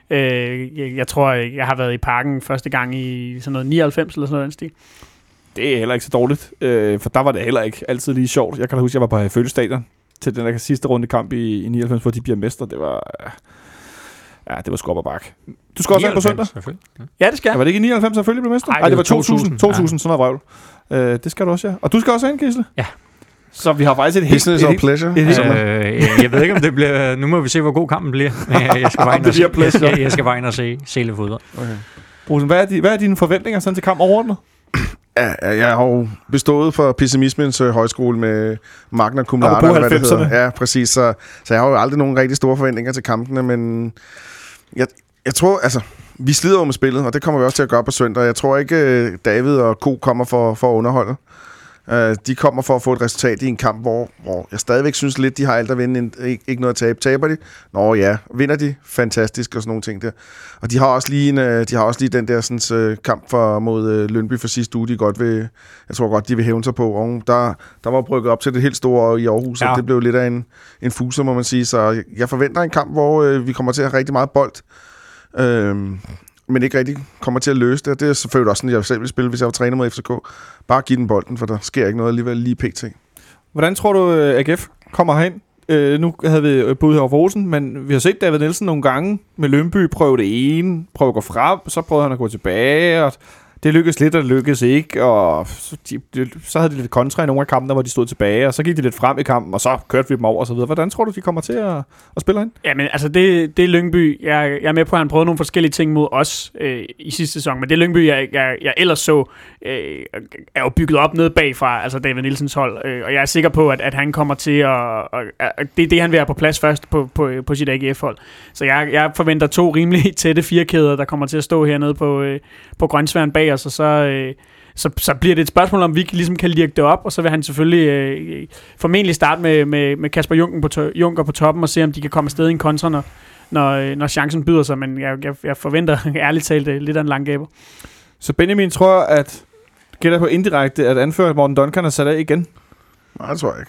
Øh, jeg, jeg tror, jeg har været i Parken første gang i sådan noget nioghalvfems eller sådan noget. Den stil. Det er heller ikke så dårligt, øh, for der var det heller ikke altid lige sjovt. Jeg kan da huske, at jeg var på Følestadion til den der sidste runde kamp i, i nioghalvfems, hvor de bliver mestre. Det var, øh, ja, det var skub og bak. Du skal også ind på søndag. Selvfølgelig. Ja. Ja, det skal Ja, jeg. var det ikke i nioghalvfems, selvfølgelig blev mestre? Ej, Nej, det var det var to tusind. to tusind. to tusind, sådan noget vrøvl. Øh, det skal du også, ja. Og du skal også ind, Gisle? Ja. Så vi har faktisk et helt... Business et or helt- pleasure. et helt- Øh, jeg, jeg ved ikke, om det bliver... Nu må vi se, hvor god kampen bliver. Jeg, jeg skal bare ind Det og, se, bliver pleasure. jeg, jeg skal bare ind og se, se lidt fodbold. Okay. Brusen, hvad er, de, hvad er dine forventninger sådan til kamp overordnet? Ja, jeg har jo bestået for pessimismens øh, højskole med Magna Cum Laude. Apropos eller hvad det hedder. halvfemserne. Ja, præcis. Så, så jeg har jo aldrig nogen rigtig store forventninger til kampene, men jeg, jeg tror, altså, vi slider jo med spillet, og det kommer vi også til at gøre på søndag. Jeg tror ikke, øh, David og Ko kommer for, for at underholde. Uh, de kommer for at få et resultat i en kamp, hvor, hvor jeg stadigvæk synes lidt, de har alt at vinde, en, ikke, ikke noget at tabe. Taber de? Nå ja. Vinder de? Fantastisk og sådan nogle ting der. Og de har også lige, en, uh, de har også lige den der sådan, uh, kamp for, mod uh, Lyngby for sidste uge, de godt vil, jeg tror godt, de vil hævne sig på. Og der, der var brygget op til det helt store i Aarhus, ja. Og det blev lidt af en, en fuser, må man sige. Så jeg forventer en kamp, hvor uh, vi kommer til at have rigtig meget bold. Uh, men ikke rigtig kommer til at løse det. Det er selvfølgelig også sådan, jeg selv vil spille, hvis jeg var træner mod F C K. Bare giv den bolden, for der sker ikke noget alligevel lige pt. Hvordan tror du, A G F kommer herind? Øh, nu havde vi boet her over Rosen, men vi har set David Nielsen nogle gange med Lyngby prøve det ene, prøve at gå frem, så prøvede han at gå tilbage, og det lykkedes lidt, og det lykkedes ikke, og så, de, de, så havde de lidt kontra i nogle af kampene, hvor de stod tilbage, og så gik de lidt frem i kampen, og så kørte vi dem over og så videre. Hvordan tror du, de kommer til at, at spille ind? Ja, men altså det, det er Lyngby. Jeg, jeg er med på, at han prøvede nogle forskellige ting mod os øh, i sidste sæson, men det Lyngby, jeg, jeg, jeg ellers så, øh, er jo bygget op nede bagfra, altså David Nielsens hold, øh, og jeg er sikker på, at, at han kommer til at, at, at det er det, han vil have på plads først på, på, på sit A G F-hold. Så jeg, jeg forventer to rimelig tætte firkæder, der kommer til at stå hernede på, øh, på Grønsværen bag os, og så øh, Så, så bliver det et spørgsmål, om vi ligesom kan lirke det op, og så vil han selvfølgelig øh, formentlig starte med, med, med Kasper Junker på, to, Junker på toppen, og se, om de kan komme afsted i en kontra, når, når, når chancen byder sig. Men jeg, jeg, jeg forventer ærligt talt lidt af en lang gaber. Så Benjamin tror, at gætter på indirekte, at anfører Morten Duncan er sat af igen? Nej, det tror jeg ikke.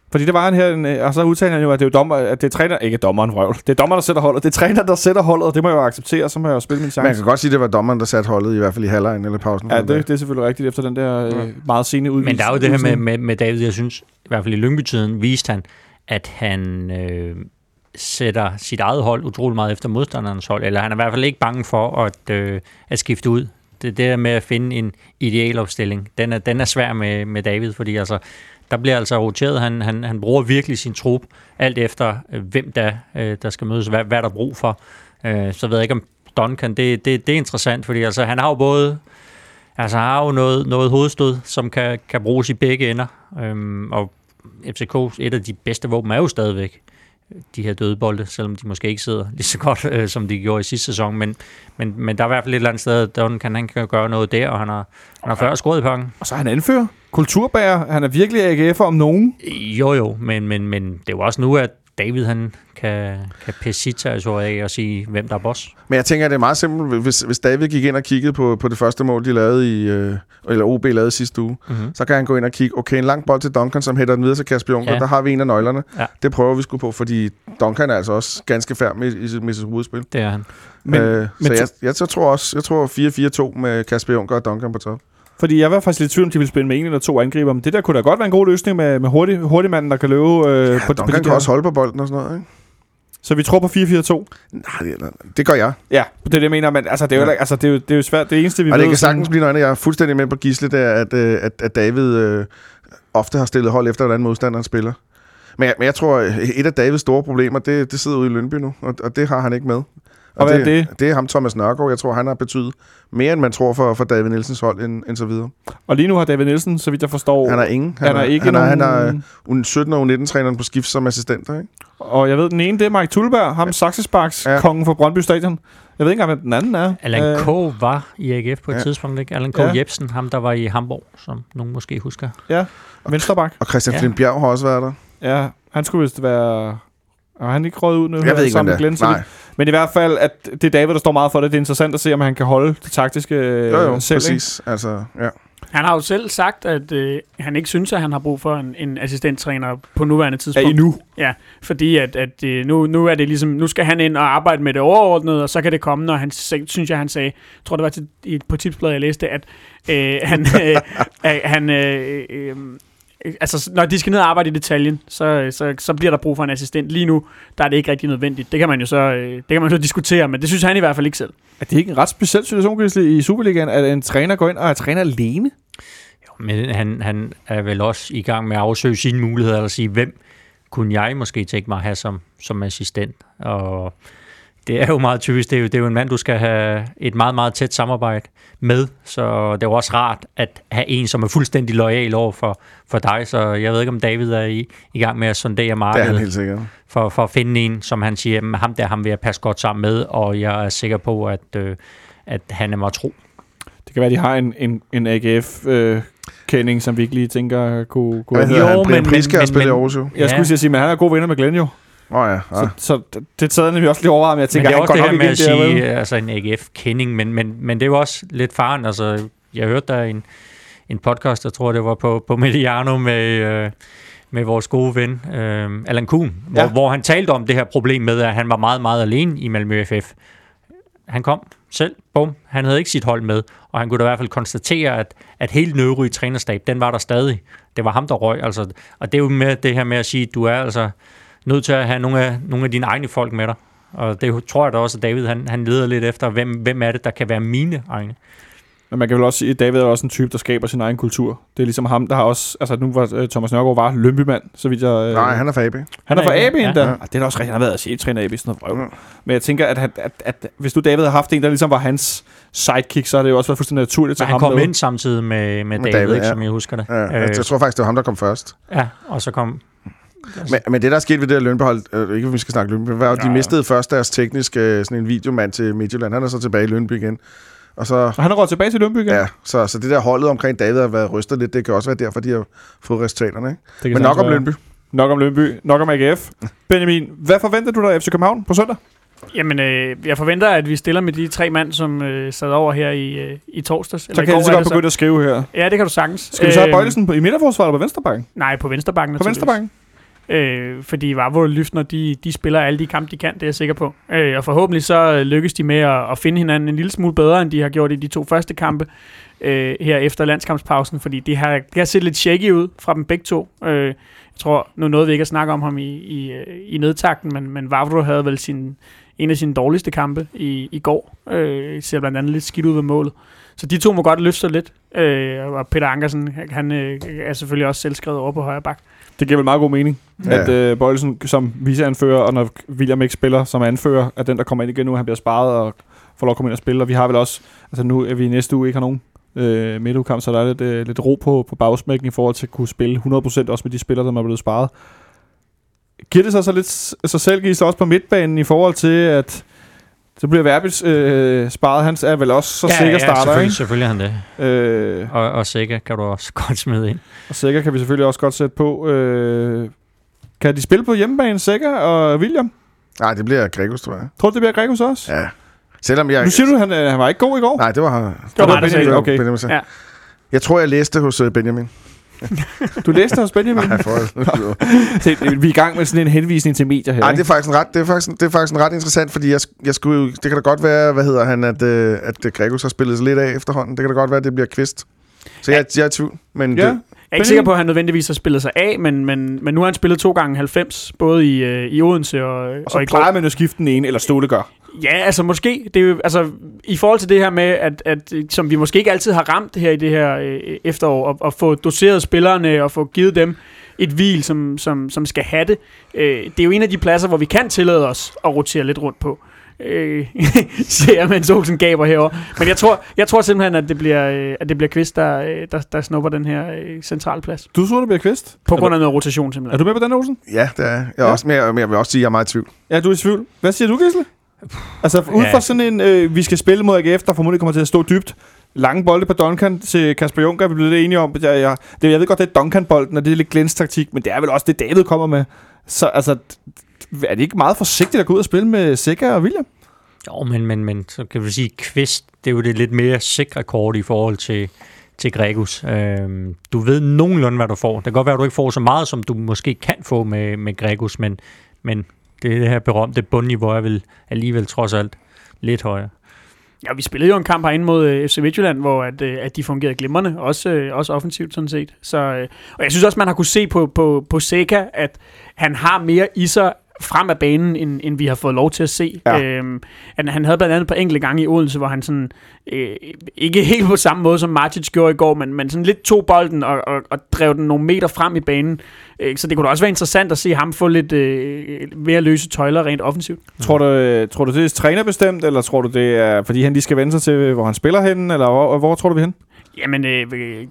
Fordi det var han her, en, og så udtaler han jo, at det er jo dommer, at det er træner, ikke dommeren vrøvl. Det er dommeren, der sætter holdet. Det er træner, der sætter holdet, og det må jeg jo acceptere, så må jeg jo spille min chance. Man kan godt sige, at det var dommeren, der satte holdet, i hvert fald i halvlejen eller pausen. Ja, det, det er selvfølgelig rigtigt efter den der øh, meget sene udvisning. Men der er jo det her med, med, med David, jeg synes, i hvert fald i Lyngby-tiden, viste han, at han øh, sætter sit eget hold utrolig meget efter modstanderens hold, eller han er i hvert fald ikke bange for at, øh, at skifte ud. Det der med at finde en idealopstilling, den er, den er svær med, med David, fordi altså, der bliver altså roteret. Han, han, han bruger virkelig sin trup, alt efter øh, hvem der, øh, der skal mødes, hvad, hvad der er brug for. Øh, så ved jeg ikke, om Duncan, det, det, det er interessant, fordi altså, han har jo både altså, han har jo noget, noget hovedstød, som kan, kan bruges i begge ender. Øhm, og F C K, et af de bedste våben, er jo stadigvæk de her dødbolde, selvom de måske ikke sidder lige så godt, øh, som de gjorde i sidste sæson. Men, men, men der er i hvert fald et eller andet sted, der kan han kan gøre noget der, og han har, han har før scoret i pakken. Og så er han anfører. Kulturbærer. Han er virkelig A G F'er om nogen. Jo, jo, men, men, men det er jo også nu, at David han kan, kan pisse sit territorium af og sige, hvem der er boss. Men jeg tænker, at det er meget simpelt. Hvis, hvis David gik ind og kiggede på, på det første mål, de lavede i, øh, eller O B lavede sidste uge, mm-hmm. så kan han gå ind og kigge, okay, en lang bold til Duncan, som hætter den videre til Kasper Junker. Ja. Der har vi en af nøglerne. Ja. Det prøver vi sgu på, fordi Duncan er altså også ganske færd med, med, med sit hovedspil. Det er han. Men, øh, men så jeg, jeg, jeg tror også, jeg tror fire fire to med Kasper Junker og Duncan på top. Fordi jeg var faktisk lidt i tvivl, om de ville spille med en eller to angriber, men det der kunne da godt være en god løsning med, med hurtig, hurtigmanden, der kan løbe øh, ja, på, Duncan på de kan også holde på bolden og sådan noget, ikke? Så vi tror på fire fire to? Nej, det, det gør jeg. Ja, det er det, jeg mener, men altså, det er jo, ja. altså, det er jo, det er jo svært. Det eneste, vi og ved... Og det kan sagtens blive noget andet. Jeg er fuldstændig med på Gisle, det er, at, at, at David øh, ofte har stillet hold efter, hvordan modstanderen spiller. Men jeg, men jeg tror, et af Davids store problemer, det, det sidder ude i Lyngby nu, og, og det har han ikke med. Og, og hvad det, er det? Det er ham, Thomas Nørgaard. Jeg tror, han har betydet mere, end man tror for, for David Nielsens hold, end, end så videre. Og lige nu har David Nielsen, så vidt jeg forstår... Han er ingen. Han, han er, er ikke han er, nogen... han er U sytten og U nitten-træneren på skift som assistenter, ikke? Og jeg ved, den ene, det er Mike Tulberg, ham ja. Saxesparks, ja. kongen for Brøndby Stadion. Jeg ved ikke engang, hvem den anden er. Allan K. var i A G F på et ja. tidspunkt, ikke? Allan K. Ja. Jebsen, ham der var i Hamburg, som nogen måske husker. Ja, venstreback. Og Christian ja. Flint Bjerg har også været der. Ja, han skulle vist være... Og han ikke røget ud nu. Jeg ved ikke, sammen hvem det er. Men i hvert fald, at det er David, der står meget for det. Det er interessant at se, om han kan holde det taktiske jo, jo, selv. Præcis. Altså, ja. Han har jo selv sagt, at øh, han ikke synes, at han har brug for en, en assistenttræner på nuværende tidspunkt. Ja, endnu. Ja, fordi at, at øh, nu, nu er det ligesom, nu skal han ind og arbejde med det overordnede, og så kan det komme, når han, synes jeg, han sagde, jeg tror det var til, i, på tipsbladet, jeg læste, at øh, han, øh, han øh, øh, altså, når de skal ned og arbejde i detaljen, så, så, så bliver der brug for en assistent. Lige nu, der er det ikke rigtig nødvendigt. Det kan man jo så, øh, det kan man så diskutere, men det synes han i hvert fald ikke selv. Er det ikke en ret speciel situation i Superligaen, at en træner går ind og er træner alene? Jo, men han, han er vel også i gang med at afsøge sine muligheder, eller sige, hvem kunne jeg måske tænke mig at have som, som assistent? Og det er jo meget typisk. Det er jo, det er jo en mand, du skal have et meget, meget tæt samarbejde med, så det er jo også rart at have en, som er fuldstændig loyal over for, for dig. Så jeg ved ikke, om David er i, i gang med at sondere markedet. Det er han helt sikkert. For, for at finde en, som han siger, ham der, ham vil jeg passe godt sammen med, og jeg er sikker på, at, øh, at han er mig tro. Det kan være, at de har en, en, en A G F-kending, øh, som vi ikke lige tænker kunne... kunne Hvad hedder han? Brian Priske har spillet i Aarhus jo. Jeg skulle sige, men han er gode venner med Glenn jo. Oh, ja, ja. Så, så det tager jeg også lige overvejet, men jeg tænker, men det er han også det her med at sige, der, altså en A G F-kending, men, men, men det er jo også lidt faren. Altså, jeg hørte der en, en podcast, jeg tror, det var på, på Mediano med, øh, med vores gode ven, øh, Allan Kuhn, ja. hvor, hvor han talte om det her problem med, at han var meget, meget alene i Malmö F F. Han kom selv, bum, han havde ikke sit hold med, og han kunne da i hvert fald konstatere, at, at hele den øvrige trænerstab, den var der stadig. Det var ham, der røg. Altså, og det er jo med det her med at sige, at du er altså nødt til at have nogle af, nogle af dine egne folk med dig. Og det tror jeg da også, at David han, han leder lidt efter, hvem, hvem er det, der kan være mine egne. Men man kan vel også sige, at David er også en type, der skaber sin egen kultur. Det er ligesom ham, der har også... Altså nu var uh, Thomas Nørgaard var Lyngby-mand, så vidt jeg... Uh, Nej, han er for A B. Han er for A B ja. endda? Ja. Ja. Det er da også rigtigt, han har været cheftræner i A B, sådan noget vrøv. Ja. Men jeg tænker, at, at, at, at hvis du, David, havde haft en, der ligesom var hans sidekick, så har det jo også været fuldstændig naturligt til ham. ham. Han kom med. ind samtidig med, med, med David, David, ja. som jeg husker det. Ja, øh, jeg tror faktisk, det var ham, der kom først. Ja, og så kom... Men, men det, der er sket ved det her Lyngby-hold, øh, ikke at vi skal snakke Lyngby, var jo, de ja, ja. mistede først deres tekniske sådan en videomand til Midtjylland. Han er så tilbage i Lyngby igen. Og, så, og han er råd tilbage til Lyngby igen? Ja, så, så det der holdet omkring David har været rystet lidt. Det kan også være derfor, de har fået resultaterne. Ikke? Men nok om Lyngby. Nok om Lyngby. Nok om A G F. Benjamin, hvad forventer du dig af F C København på søndag? Jamen, øh, jeg forventer, at vi stiller med de tre mand, som øh, sad over her i, øh, i torsdags. Så kan jeg lige så godt begynde at skrive her. Ja, det kan du sagtens. Skal vi så have Bøjlesen på, i midterforsvaret eller på venstrebakken? Nej, på venstrebakken. På venstrebakken? Øh, fordi Vavro og Lyftner, de, de spiller alle de kampe, de kan, det er jeg sikker på. Øh, og forhåbentlig så lykkes de med at, at finde hinanden en lille smule bedre, end de har gjort i de to første kampe øh, her efter landskampspausen, fordi det har, det har set lidt shaky ud fra dem begge to. Øh, jeg tror, nu nåede vi ikke at snakke om ham i, i, i nedtakten, men, men Vavro havde vel sin, en af sine dårligste kampe i, i går. Øh, ser blandt andet lidt skidt ud ved målet. Så de to må godt løfte sig lidt. Øh, og Peter Ankersen, han øh, er selvfølgelig også selvskrevet over på højre bak. Det giver vel meget god mening, ja. at øh, Boilesen som viceanfører, og når William ikke spiller som anfører, er den, der kommer ind igen nu, han bliver sparet og får lov at komme ind og spille. Og vi har vel også, altså nu er vi i næste uge ikke har nogen øh, midtugkamp, så der er lidt, øh, lidt ro på, på bagsmækken i forhold til at kunne spille hundrede procent også med de spillere, der er blevet sparet. Giver det så, så lidt sig selv, Gisle, også på midtbanen i forhold til, at så bliver Verbis øh, sparet, han er vel også så ja, sikker ja, starter, selvfølgelig, ikke? selvfølgelig han det. Øh, og, og sikker kan du også godt smide ind. Og sikker kan vi selvfølgelig også godt sætte på. Øh, kan de spille på hjemmebane, Sikker og William? Nej, det bliver Gregus, tror jeg. Tror du, det bliver Gregus også? Ja. Selvom jeg... Nu siger du, han, han var ikke god i går? Nej, det var han. Det var, det var Benjamin. Okay. Benjamin. Ja. Jeg tror, jeg læste hos Benjamin. Du læste hos Benjamin? Nej, for Se, vi er i gang med sådan en henvisning til medier her. Nej, det er faktisk en ret, det er faktisk, det er faktisk en ret interessant, fordi jeg, jeg skulle, det kan da godt være, hvad hedder han, at, øh, at Gregus har spillet sig lidt af efterhånden. Det kan da godt være, at det bliver Kvist. Så jeg, jeg er i tvivl. Men ja. det, jeg er ikke sikker på, at han nødvendigvis har spillet sig af, men, men, men nu har han spillet to gange halvfems, både i, øh, i Odense og, og, og så i plejer man at skifte den ene, eller Ståle gør. Ja, altså måske. Det er jo, altså, i forhold til det her med, at, at som vi måske ikke altid har ramt det her i det her øh, efterår, at, at få doseret spillerne og få givet dem et hvil, som, som, som skal have det. Øh, det er jo en af de pladser, hvor vi kan tillade os at rotere lidt rundt på. Øh, ser man Olsen gaber herovre. Men jeg tror, jeg tror simpelthen, at det bliver, at det bliver Kvist, der, der, der snupper den her centrale plads. Du tror, det bliver Kvist? På grund af noget rotation simpelthen. Er du med på den, Olsen? Ja, det er jeg. Jeg, er ja. også med, men jeg vil også sige, at jeg er meget i tvivl. Ja, du er i tvivl. Hvad siger du, Gisle? Altså, ud fra sådan en, øh, vi skal spille mod A G F, der formodentlig kommer til at stå dybt. Lange bolde på Duncan til Kasper Juncker, vi blev lidt enige om. Jeg, jeg, det, jeg ved godt, det er Duncan-bolden, og det er lidt Glens-taktik, men det er vel også det, David kommer med. Så altså, er det ikke meget forsigtigt at gå ud og spille med Sikker og William? Jo, men, men, men så kan vi sige, Kvist, det er jo det lidt mere sikre kort i forhold til, til Gregus. Øhm, du ved nogenlunde, hvad du får. Det kan godt være, at du ikke får så meget, som du måske kan få med, med Gregus, men, men det, det her berømte bundniveau er vel alligevel trods alt lidt højere. Ja, vi spillede jo en kamp herinde mod øh, F C Midtjylland, hvor at, øh, at de fungerede glimrende, også, øh, også offensivt sådan set. Så, øh, og jeg synes også, man har kunne se på, på, på Seka, at han har mere i sig frem af banen, end, end vi har fået lov til at se. Ja. Øhm, han, han havde blandt andet på enkelte gange i Odense, hvor han sådan, øh, ikke helt på samme måde som Martic gjorde i går, men, men sådan lidt tog bolden og, og, og drev den nogle meter frem i banen. Øh, så det kunne da også være interessant at se ham få lidt øh, mere løse tøjler rent offensivt. Tror du, tror du det er trænerbestemt, eller tror du det er, fordi han lige skal vende sig til, hvor han spiller henne, eller hvor, hvor tror du vi hen? Jamen, øh,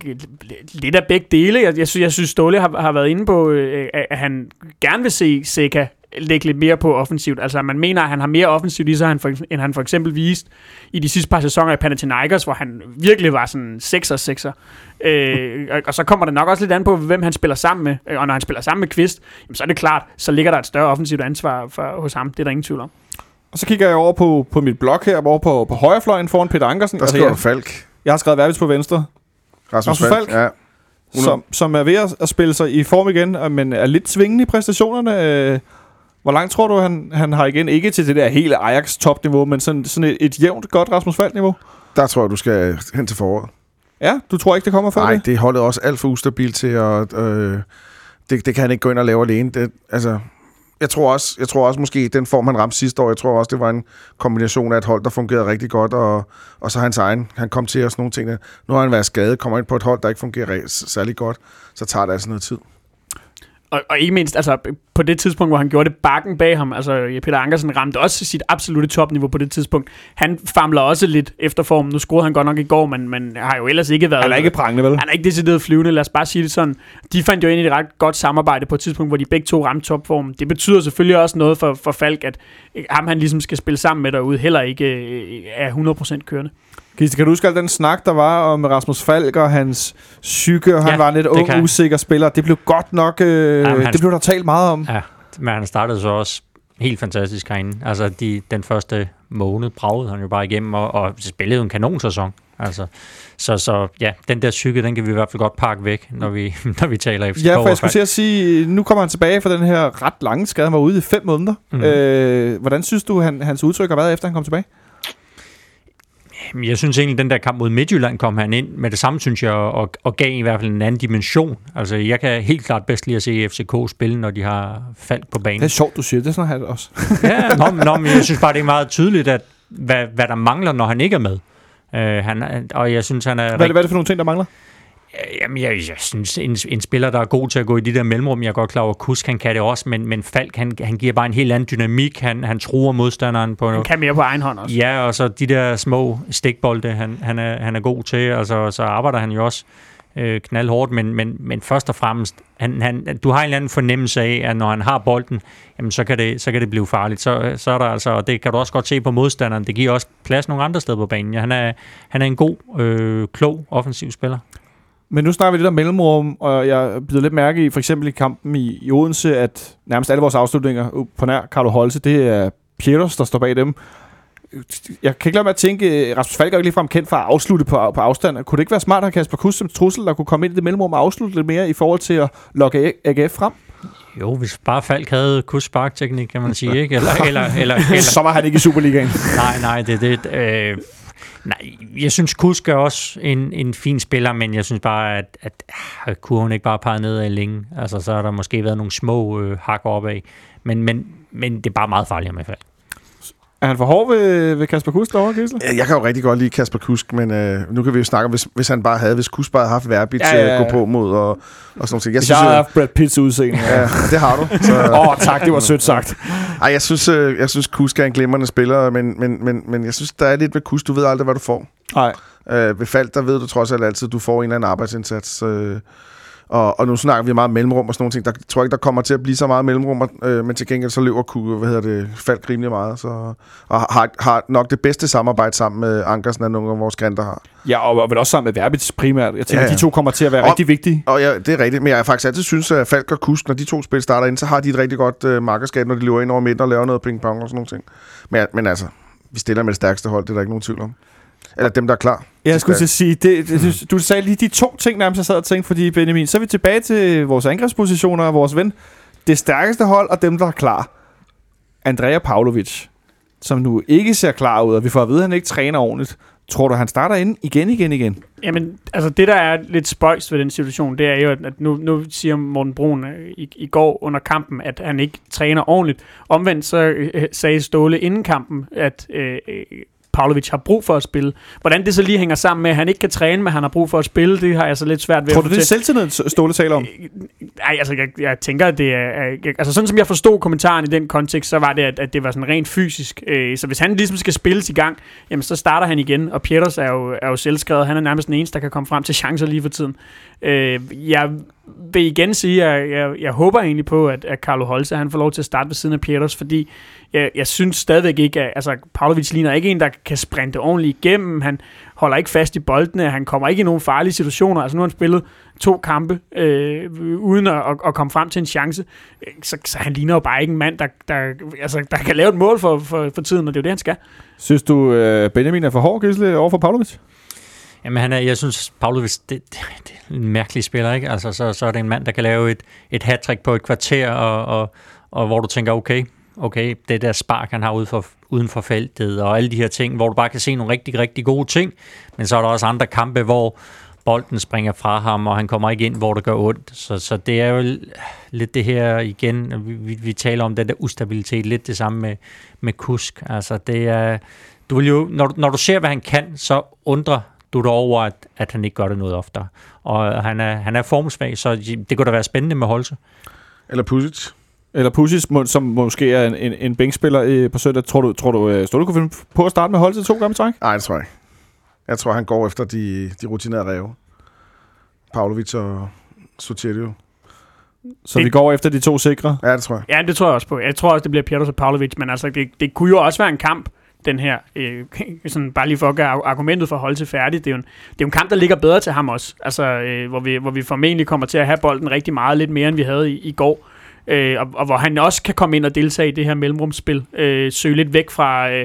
lidt af begge dele. Jeg, jeg, synes, jeg synes, Ståle har, har været inde på, øh, at han gerne vil se Seka lægge lidt mere på offensivt. Altså, man mener, at han har mere offensivt i sig, end han for eksempel viste i de sidste par sæsoner i Panathinaikos, hvor han virkelig var sådan sekser-sekser. øh, og, og så kommer det nok også lidt an på, hvem han spiller sammen med. Og når han spiller sammen med Kvist, jamen, så er det klart, så ligger der et større offensivt ansvar for, hos ham. Det er der ingen tvivl om. Og så kigger jeg over på, på mit blog her, over på, på højrefløjen foran Peter Ankersen. Der skriver altså, Falk. Jeg har skrevet Verbis på venstre. Rasmus, Rasmus Falk, Falk ja. som, som er ved at spille sig i form igen, men er lidt svingende i præstationerne. Hvor langt tror du, han, han har igen? Ikke til det der hele Ajax topniveau, men sådan, sådan et, et jævnt godt Rasmus Falk-niveau? Der tror jeg, du skal hen til foråret. Ja, du tror ikke, det kommer før? Nej, det, det holdet også alt for ustabilt til, at øh, det, det kan han ikke gå ind og lave alene. Det, altså, jeg tror også, jeg tror også måske, den form, han ramte sidste år, jeg tror også, det var en kombination af et hold, der fungerede rigtig godt, og, og så hans egen. Han kom til os nogle ting. Nu har han været skadet, kommer ind på et hold, der ikke fungerer særlig godt, så tager det altså noget tid. Og, og ikke mindst, altså på det tidspunkt, hvor han gjorde det bakken bag ham, altså Peter Ankersen ramte også sit absolutte topniveau på det tidspunkt. Han famler også lidt efter formen. Nu scorede han godt nok i går, men, men har jo ellers ikke været... Han er ikke prangende, vel? Han er ikke decideret flyvende, lad os bare sige det sådan. De fandt jo ind i et ret godt samarbejde på et tidspunkt, hvor de begge to ramte topformen. Det betyder selvfølgelig også noget for, for Falk, at ham han ligesom skal spille sammen med derude, heller ikke øh, er hundrede procent kørende. Gisle, kan du huske al den snak, der var om Rasmus Falk og hans psyke, og han ja, var en lidt ung, usikker spiller? Det blev godt nok... Øh, Jamen, han, det blev der talt meget om. Ja, men han startede så også helt fantastisk herinde. Altså, de, den første måned bragede han jo bare igennem, og, og spillede en kanonsæson. Altså, så, så ja, den der psyke, den kan vi i hvert fald godt pakke væk, når vi, når vi taler F C K. Ja, for jeg skulle til at sige, nu kommer han tilbage fra den her ret lange skade. Han var ude i fem måneder. Mm. Øh, hvordan synes du, han, hans udtryk har været, efter han kom tilbage? Jeg synes egentlig, den der kamp mod Midtjylland kom han ind med det samme, synes jeg, og, og gav i hvert fald en anden dimension. Altså, jeg kan helt klart bedst lide at se F C K spille, når de har faldt på banen. Det er sjovt, du siger. Det er sådan her også. Ja, nå, nå, men jeg synes bare, det er meget tydeligt, at hvad, hvad der mangler, når han ikke er med. Uh, han, og jeg synes, han er... Hvad er, det, hvad er det for nogle ting, der mangler? Jamen, jeg, jeg synes, en, en spiller, der er god til at gå i de der mellemrum, jeg er godt klar over, Kusk, han kan det også, men, men Falk, han, han giver bare en helt anden dynamik, han, han truer modstanderen på... Han kan mere på egen hånd også. Ja, og så de der små stikbolde, han, han, er, han er god til, altså så arbejder han jo også øh, knaldhårdt, men, men, men først og fremmest, han, han, du har en eller anden fornemmelse af, at når han har bolden, jamen, så, kan det, så kan det blive farligt. Så, så er der altså, og det kan du også godt se på modstanderen, det giver også plads nogle andre steder på banen. Ja, han, er, han er en god, øh, klog, offensiv spiller. Men nu snakker vi lidt om mellemrum, og jeg bider lidt mærke i, for eksempel i kampen i, i Odense, at nærmest alle vores afslutninger på nær Carlo Holse, det er Pieters, der står bag dem. Jeg kan ikke lade mig at tænke, Rasmus Falk er ikke ligefrem kendt for at afslutte på, på afstand. Kunne det ikke være smart at have Kasper Kusk som trussel, der kunne komme ind i det mellemrum og afslutte lidt mere i forhold til at lokke A G F frem? Jo, hvis bare Falk havde Kusk-sparkteknik, kan man sige, ikke? Eller, eller, eller, eller. Så var han ikke i Superligaen. Nej, nej, det er det. Øh, nej, jeg synes, Kusk er også en, en fin spiller, men jeg synes bare, at, at, at kurven ikke bare peger nedad længe. Altså, så har der måske været nogle små øh, hak opad. Men, men, men det er bare meget farligt med Falk. Er han for hård ved, ved Kasper Kusk derovre, Gisle? Jeg kan jo rigtig godt lide Kasper Kusk, men øh, nu kan vi jo snakke om, hvis, hvis han bare havde, hvis Kusk bare havde haft Verbit til ja, ja, ja. at gå på mod og, og sådan noget. Jeg, jeg synes, har haft Brad Pitts udseende. Ja, det har du. Åh, oh, tak, det var sødt sagt. Ej, jeg synes, øh, jeg synes Kusk er en glimrende spiller, men, men, men, men jeg synes, der er lidt ved Kusk, du ved aldrig, hvad du får. Nej. Øh, ved Falk, der ved du trods alt altid, du får en eller anden arbejdsindsats. Øh, Og, og nu snakker vi meget mellemrum og sådan nogle ting. Der tror jeg ikke, der kommer til at blive så meget mellemrum, øh, men til gengæld så løber hvad hedder det, Falk rimelig meget. Så, og har, har nok det bedste samarbejde sammen med Ankersen, af nogle af vores kanter har. Ja, og vel også sammen med Verbitz primært. Jeg tænker, ja, ja. de to kommer til at være og, rigtig vigtige. Og ja, det er rigtigt. Men jeg faktisk altid synes, at Falk og Kusk, når de to spil starter ind, så har de et rigtig godt øh, markerskab, når de løber ind over midten og laver noget ping-pong og sådan nogle ting. Men, men altså, vi stiller med det stærkeste hold, det er der ikke nogen tvivl om. Eller dem, der er klar. Jeg skulle til at sige, det, det, du sagde lige de to ting nærmest, jeg sad og tænkte, fordi Benjamin, så er vi tilbage til vores angrebspositioner og vores ven. Det stærkeste hold og dem, der er klar. Andrea Pavlovic, som nu ikke ser klar ud, og vi får at vide, at han ikke træner ordentligt. Tror du, han starter ind igen, igen, igen? Jamen, altså det, der er lidt spøjst ved den situation, det er jo, at nu, nu siger Morten Brun i, i går under kampen, at han ikke træner ordentligt. Omvendt så øh, sagde Ståle inden kampen, at øh, Pavlovic har brug for at spille. Hvordan det så lige hænger sammen med, at han ikke kan træne, men han har brug for at spille, det har jeg så lidt svært ved. Tror du, det er selvtillid, Ståle taler om? Nej, altså jeg, jeg tænker, at det er... Jeg, altså sådan som jeg forstod kommentaren i den kontekst, så var det, at, at det var sådan rent fysisk. Øh, så hvis han ligesom skal spilles i gang, jamen så starter han igen, og Pieters er jo, er jo selvskrevet. Han er nærmest den eneste, der kan komme frem til chancer lige for tiden. Øh, jeg vil igen sige, at jeg, jeg, jeg håber egentlig på, at, at Carlo Holse, han får lov til at starte ved siden af Pieters, fordi jeg, jeg synes stadigvæk ikke, at altså, Pavlovic ligner ikke en, der kan sprinte ordentligt igennem. Han holder ikke fast i boldene, han kommer ikke i nogen farlige situationer. Altså nu har han spillet to kampe, øh, uden at, at komme frem til en chance. Så, så han ligner jo bare ikke en mand, der, der, altså, der kan lave et mål for, for, for tiden, og det er jo det, han skal. Synes du, øh, Benjamin er for hård, Gisle, over for Pavlovic? Jamen, han er, jeg synes, Pavlovic, det, det, det er en mærkelig spiller, ikke? Altså, så, så er det en mand, der kan lave et, et hat-trick på et kvarter, og, og, og hvor du tænker, okay, okay, det der spark, han har ude for, uden for feltet, og alle de her ting, hvor du bare kan se nogle rigtig, rigtig gode ting, men så er der også andre kampe, hvor bolden springer fra ham, og han kommer ikke ind, hvor det gør ondt. Så, så det er jo lidt det her igen, vi, vi, vi taler om den der ustabilitet, lidt det samme med, med Kusk. Altså, det er, du vil jo, når, når du ser, hvad han kan, så undrer du er over, at, at han ikke gør det noget oftere. Og han er, han er formsvag, så det kunne da være spændende med Holse. Eller Pusic. Eller Pusic, som måske er en, en, en bænkspiller øh, på søndag. Tror du, tror du, Ståle kunne finde på at starte med Holse to gange træk? Nej, det tror jeg ikke. Jeg tror, han går efter de, de rutinerede ræve. Pavlovic og Sotirio. Så det, vi går efter de to sikre? Ja, det tror jeg. Ja, det tror jeg også på. Jeg tror også, det bliver Pieters og Pavlovic, men altså, det, det kunne jo også være en kamp, den her, øh, sådan bare lige for at gøre argumentet for at holde til færdigt. Det er jo en, det er jo en kamp, der ligger bedre til ham også. Altså, øh, hvor, vi, hvor vi formentlig kommer til at have bolden rigtig meget, lidt mere, end vi havde i, i går. Øh, og, og hvor han også kan komme ind og deltage i det her mellemrumsspil. Øh, søge lidt væk fra, øh,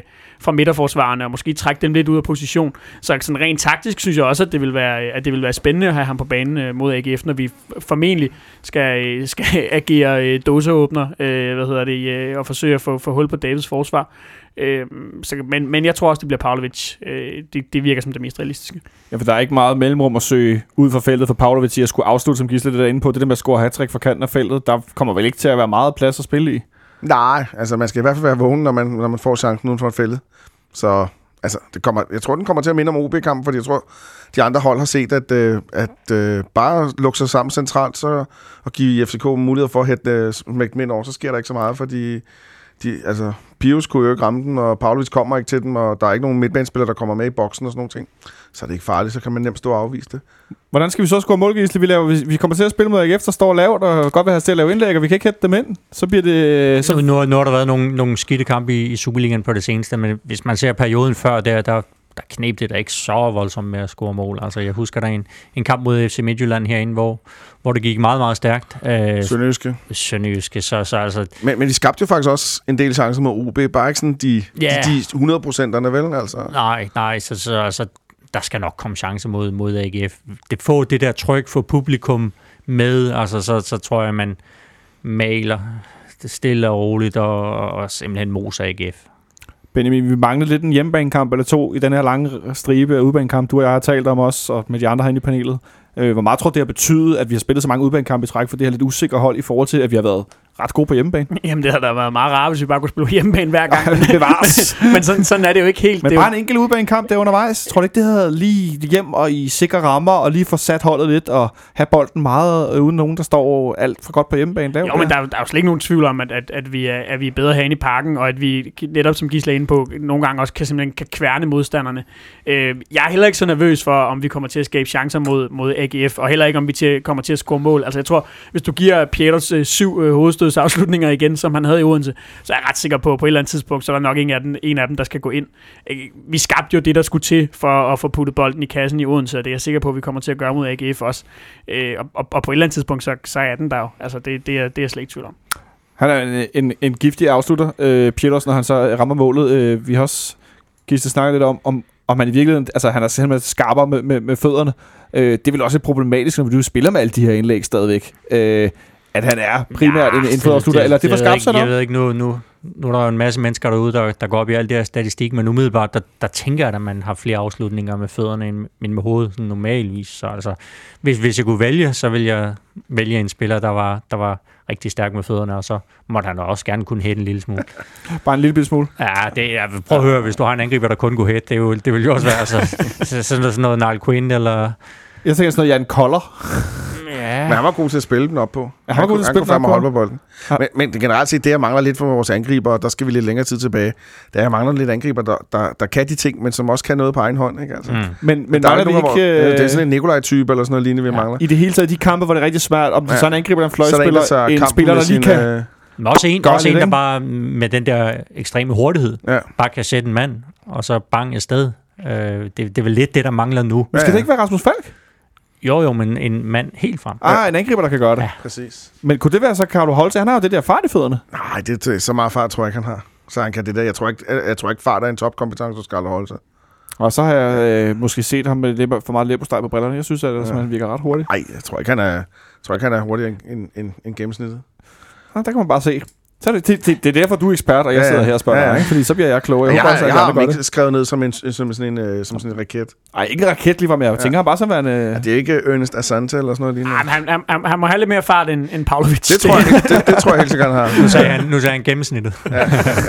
fra midterforsvarerne, og måske trække dem lidt ud af position. Så sådan rent taktisk synes jeg også, at det vil være, at det vil være spændende at have ham på banen mod A G F, når vi formentlig skal, skal agere dåseåbner, hvad hedder det, og forsøge at få, få hul på Davids forsvar. Øh, så, men, men jeg tror også, det bliver Pavlovic. Øh, det, det virker som det mest realistiske. Ja, for der er ikke meget mellemrum at søge ud fra feltet for Pavlovic i at skulle afslutte, som Gisle der inde på. Det der med at score hattrick fra kanten af feltet, der kommer vel ikke til at være meget plads at spille i? Nej, altså man skal i hvert fald være vågen, når man, når man får chancen uden for et fælde. Så altså, det kommer, jeg tror, den kommer til at minde om O B-kampen, fordi jeg tror, de andre hold har set, at, øh, at øh, bare lukke sig sammen centralt så, og give F C K mulighed for at hætte øh, smække ind over, så sker der ikke så meget, fordi de, altså, Pius kunne jo ikke ramme den, og Pavlovic kommer ikke til dem, og der er ikke nogen midtbanespillere, der kommer med i boksen og sådan nogle ting. Så er det ikke farligt, så kan man nemt stå og afvise det. Hvordan skal vi så score mål, Gisle? Vi, laver, vi, vi kommer til at spille mod A G F, der står lavt, og godt vil have til at lave indlæg, og vi kan ikke hætte dem ind. Så bliver det... Så... Nu, nu har der været nogle, nogle skidte kampe i, i Superligaen på det seneste, men hvis man ser perioden før, der, der, der kneb det der ikke så voldsomt med at score mål. Altså, jeg husker, der er en, en kamp mod F C Midtjylland herinde, hvor, hvor det gik meget, meget stærkt. Øh, Sønderjyske. Sønderjyske, så, så altså... Men, men de skabte jo faktisk også en del chancer mod O B, bare ikke sådan de, yeah. de, de hundrede procenterne, vel? Altså. Nej, nej, så, så altså, der skal nok komme chance mod, mod A G F. Det får det der tryk for publikum med, altså så, så tror jeg, man maler det stille og roligt og, og simpelthen moser A G F. Benjamin, vi manglede lidt en hjemmebanekamp eller to i den her lange stribe af udbanekamp, du og jeg har talt om også, og med de andre herinde i panelet. Øh, hvor meget tror det har betydet, at vi har spillet så mange udbanekampe i træk for det her lidt usikre hold i forhold til, at vi har været ret gode på hjemmebane? Jamen, det har da været meget rart, hvis vi bare kunne spille hjemmebane hver gang. Det var Men sådan, sådan er det jo ikke helt. Men det bare jo... en enkelt udbanekamp der undervejs. Tror du ikke, det havde lige hjem og i sikre rammer, og lige få sat holdet lidt, og have bolden meget uden nogen, der står alt for godt på hjemmebane? Jo, der. men der er, der er jo slet ikke nogen tvivl om, at, at, at, vi, er, at vi er bedre herinde i parken, og at vi netop, som Gisle er inde på, nogle gange også kan, simpelthen kan kværne modstanderne. Øh, jeg er heller ikke så nervøs for, om vi kommer til at skabe chancer mod, mod A G F, og heller ikke, om vi til, kommer til at score mål. Altså, jeg tror, hvis du giver Pieters øh, syv øh, hovedstødsafslutninger igen, som han havde i Odense, så er jeg ret sikker på, at på et eller andet tidspunkt, så er der nok en af, den, en af dem, der skal gå ind. Vi skabte jo det, der skulle til for at få puttet bolden i kassen i Odense, og det er jeg sikker på, at vi kommer til at gøre mod A G F også. Øh, og, og, og på et eller andet tidspunkt, så, så er den der jo. Altså, det, det, er, det er jeg slet ikke tvivl om. Han er en, en, en giftig afslutter, øh, Pieters, når han så rammer målet. Øh, vi har også Gisle snakket lidt om, om, om han i virkeligheden, altså han er simpelthen skarpere med, med, med fødderne. Øh, det er vel også problematisk, når du spiller med alle de her indlæg stadigvæk. Øh, at han er primært ja, en, en fodafslutter, eller det er for skarpt sådan noget? Jeg ved ikke, nu, nu, nu er der jo en masse mennesker derude, der, der går op i alt det her statistik, men umiddelbart, der, der tænker jeg, at man har flere afslutninger med fødderne end, end med hovedet, sådan normalvis. Så altså, hvis, hvis jeg kunne vælge, så ville jeg vælge en spiller, der var, der var rigtig stærk med fødderne, og så måtte han også gerne kunne hætte en lille smule. Bare en lille smule? Ja, det er, prøv at høre, hvis du har en angriber, der kun kunne hætte, det, jo, det vil jo også være altså, sådan, sådan noget Niall Quinn, eller... Jeg tænker sådan noget Jan Koller. Ja. Men han var god til at spille den op på. Ja, han var god til at spille den op på. Holde på bolden. Ja. Men, men generelt set, det jeg mangler lidt for vores angriber, og der skal vi lidt længere tid tilbage, det er, jeg mangler lidt angriber, der, der, der kan de ting, men som også kan noget på egen hånd. Ikke? Altså. Mm. Men, men der er nogen, ikke, hvor, det er sådan en Nikolaj-type, eller sådan noget lignende, vi ja. mangler. I det hele taget, de kampe, hvor det er rigtig svært, om ja. sådan en angriber, der en fløjspiller, en, en spiller, der lige kan... Øh, men også en, også en der bare med den der ekstreme hurtighed, ja. bare kan sætte en mand, og så bang afsted. Øh, det, det er vel lidt det, der mangler nu. Men skal ja, ja. det ikke være Rasmus Falk? Jo, jo, men en mand helt frem. Ah, ja. en angriber, der kan gøre det. Ja. Præcis. Men kunne det være så Carlo Holtz? Han har jo det der fart i fødderne. Nej, det er så meget fart, tror jeg ikke, han har. Så han kan det der. Jeg tror ikke, jeg, jeg tror ikke fart er en topkompetence hos Carlo Holtz. Og så har jeg øh, måske set ham med for meget læbersteg på brillerne. Jeg synes, at ja. han virker ret hurtigt. Nej, jeg tror ikke, han er, jeg tror ikke, han er hurtigere end, end, end gennemsnittet. Ja, der kan man bare se. Så det, det, det, det er derfor, du er ekspert, og jeg ja, sidder her og spørger ja, ja. dig, ikke? Fordi så bliver jeg klogere. Jeg, jeg, håber, jeg, altså, jeg, jeg har ham ikke det. skrevet ned som, en, som, sådan en, som sådan en raket. Nej, ikke en raket lige var med. Jeg ja. tænker ham bare som en... Ja, det er ikke Ernest Asante eller sådan noget lignende. Ah, han, han, han må have lidt mere fart end, end Pavlovic. Det tror jeg, det, det tror jeg helt sikkert, han har. Nu sagde han, nu sagde han gennemsnittet. Ja.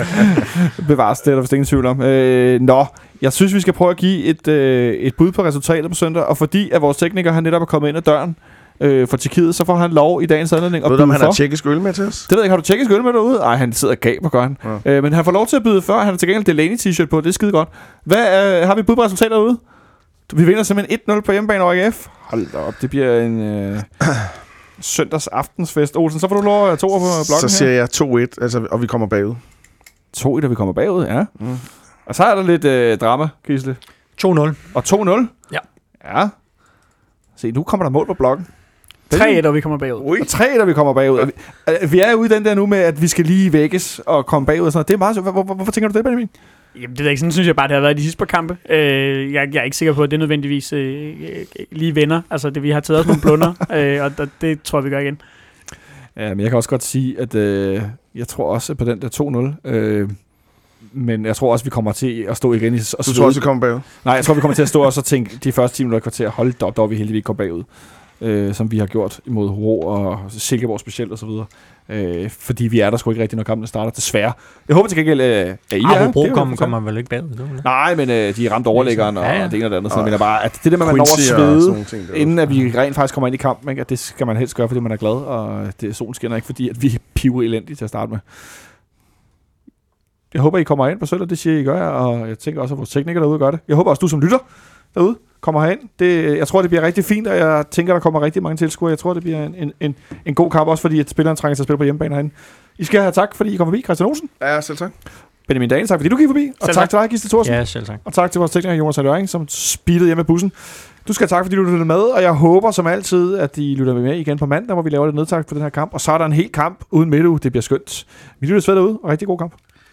Bevares, det er der vist ingen tvivl om. Øh, nå, jeg synes, vi skal prøve at give et, øh, et bud på resultatet på søndag, og fordi at vores tekniker har netop er kommet ind ad døren, Øh, for Tjekkiet, så får han lov i dagens anledning at byde for. Ved du, om han har tjekkisk øl med til os? Det ved jeg ikke. Har du tjekkisk øl med derude? Nej, han sidder og gaber, gør han. Ja. Øh, men han får lov til at byde før. Han har til gengæld Delaney t-shirt på. Det er skide godt. Hvad øh, har vi bud på resultater derude? Vi vinder simpelthen et nul på hjemmebane over A G F. Hold da op. Det bliver en øh, søndags aftensfest. Olsen, så får du lov at to på blokken her. Så siger jeg to et, altså, og vi kommer bagud. to et, og vi kommer bagud, ja. Mm. Og så er der lidt øh, drama, Gisle. to nul. Og to nul? Ja. Ja. Se, nu kommer der mål på blokken. tre et, og vi kommer bagud. Ui. Og tre et, og vi kommer bagud. Ja. Vi, vi er ude i den der nu med, at vi skal lige vækkes og komme bagud og sådan noget. Det er meget så. Hvor, hvor, hvorfor tænker du det, Benjamin? Jamen, det er ikke sådan, synes jeg bare, det har været de sidste par kampe. Øh, jeg, jeg er ikke sikker på, at det nødvendigvis øh, lige vender. Altså, det, vi har taget os nogle blunder, øh, og det, det tror jeg, vi gør igen. Ja, men jeg kan også godt sige, at øh, jeg tror også på den der to nul. Øh, men jeg tror også, vi kommer til at stå igen i... Du tror også, vi kommer bagud? Nej, jeg tror, vi kommer til at stå og så tænke de første ti minutter i kvarter, hold da op, der var vi heldigvis ikke kom bagud. Øh, som vi har gjort imod Hobro og Silkeborg specielt og så videre. Øh, fordi vi er der sgu ikke rigtig, når kampen starter, desværre. Jeg håber til gengæld, at I er. Ah, Hobro kommer, kommer vel ikke bagud? Eller? Nej, men øh, de er ramt overlæggeren og ja, ja. det ene og det andet. Så jeg mener bare, at det der med, at man når at svede, inden at vi rent faktisk kommer ind i kampen, ikke? At det skal man helst gøre, fordi man er glad, og det, solen skinner ikke, fordi at vi er piver elendige til at starte med. Jeg håber, I kommer ind på søndag, det siger I gør, og jeg tænker også, at vores teknikere derude gør det. Jeg håber også, du som lytter derude kommer herind. Det, jeg tror, det bliver rigtig fint, og jeg tænker, der kommer rigtig mange tilskuere. Jeg tror, det bliver en, en, en, en god kamp, også fordi at spilleren trænger til at spille på hjemmebane herinde. I skal have tak, fordi I kom forbi. Christian Olsen. Ja, selv tak. Benjamin Dahl, tak fordi du gik forbi. Og selv tak tak til dig, Gisle Thorsen. Ja, selv tak. Og tak til vores tekniker, Jonas Løring, som speedede hjem med bussen. Du skal have tak, fordi du lyttede med, og jeg håber som altid, at I lytter med igen på mandag, hvor vi laver lidt nedtakt på den her kamp. Og så er der en hel kamp uden midtuge. Det bliver skønt. Vi lytter svært derude, og rigtig god kamp.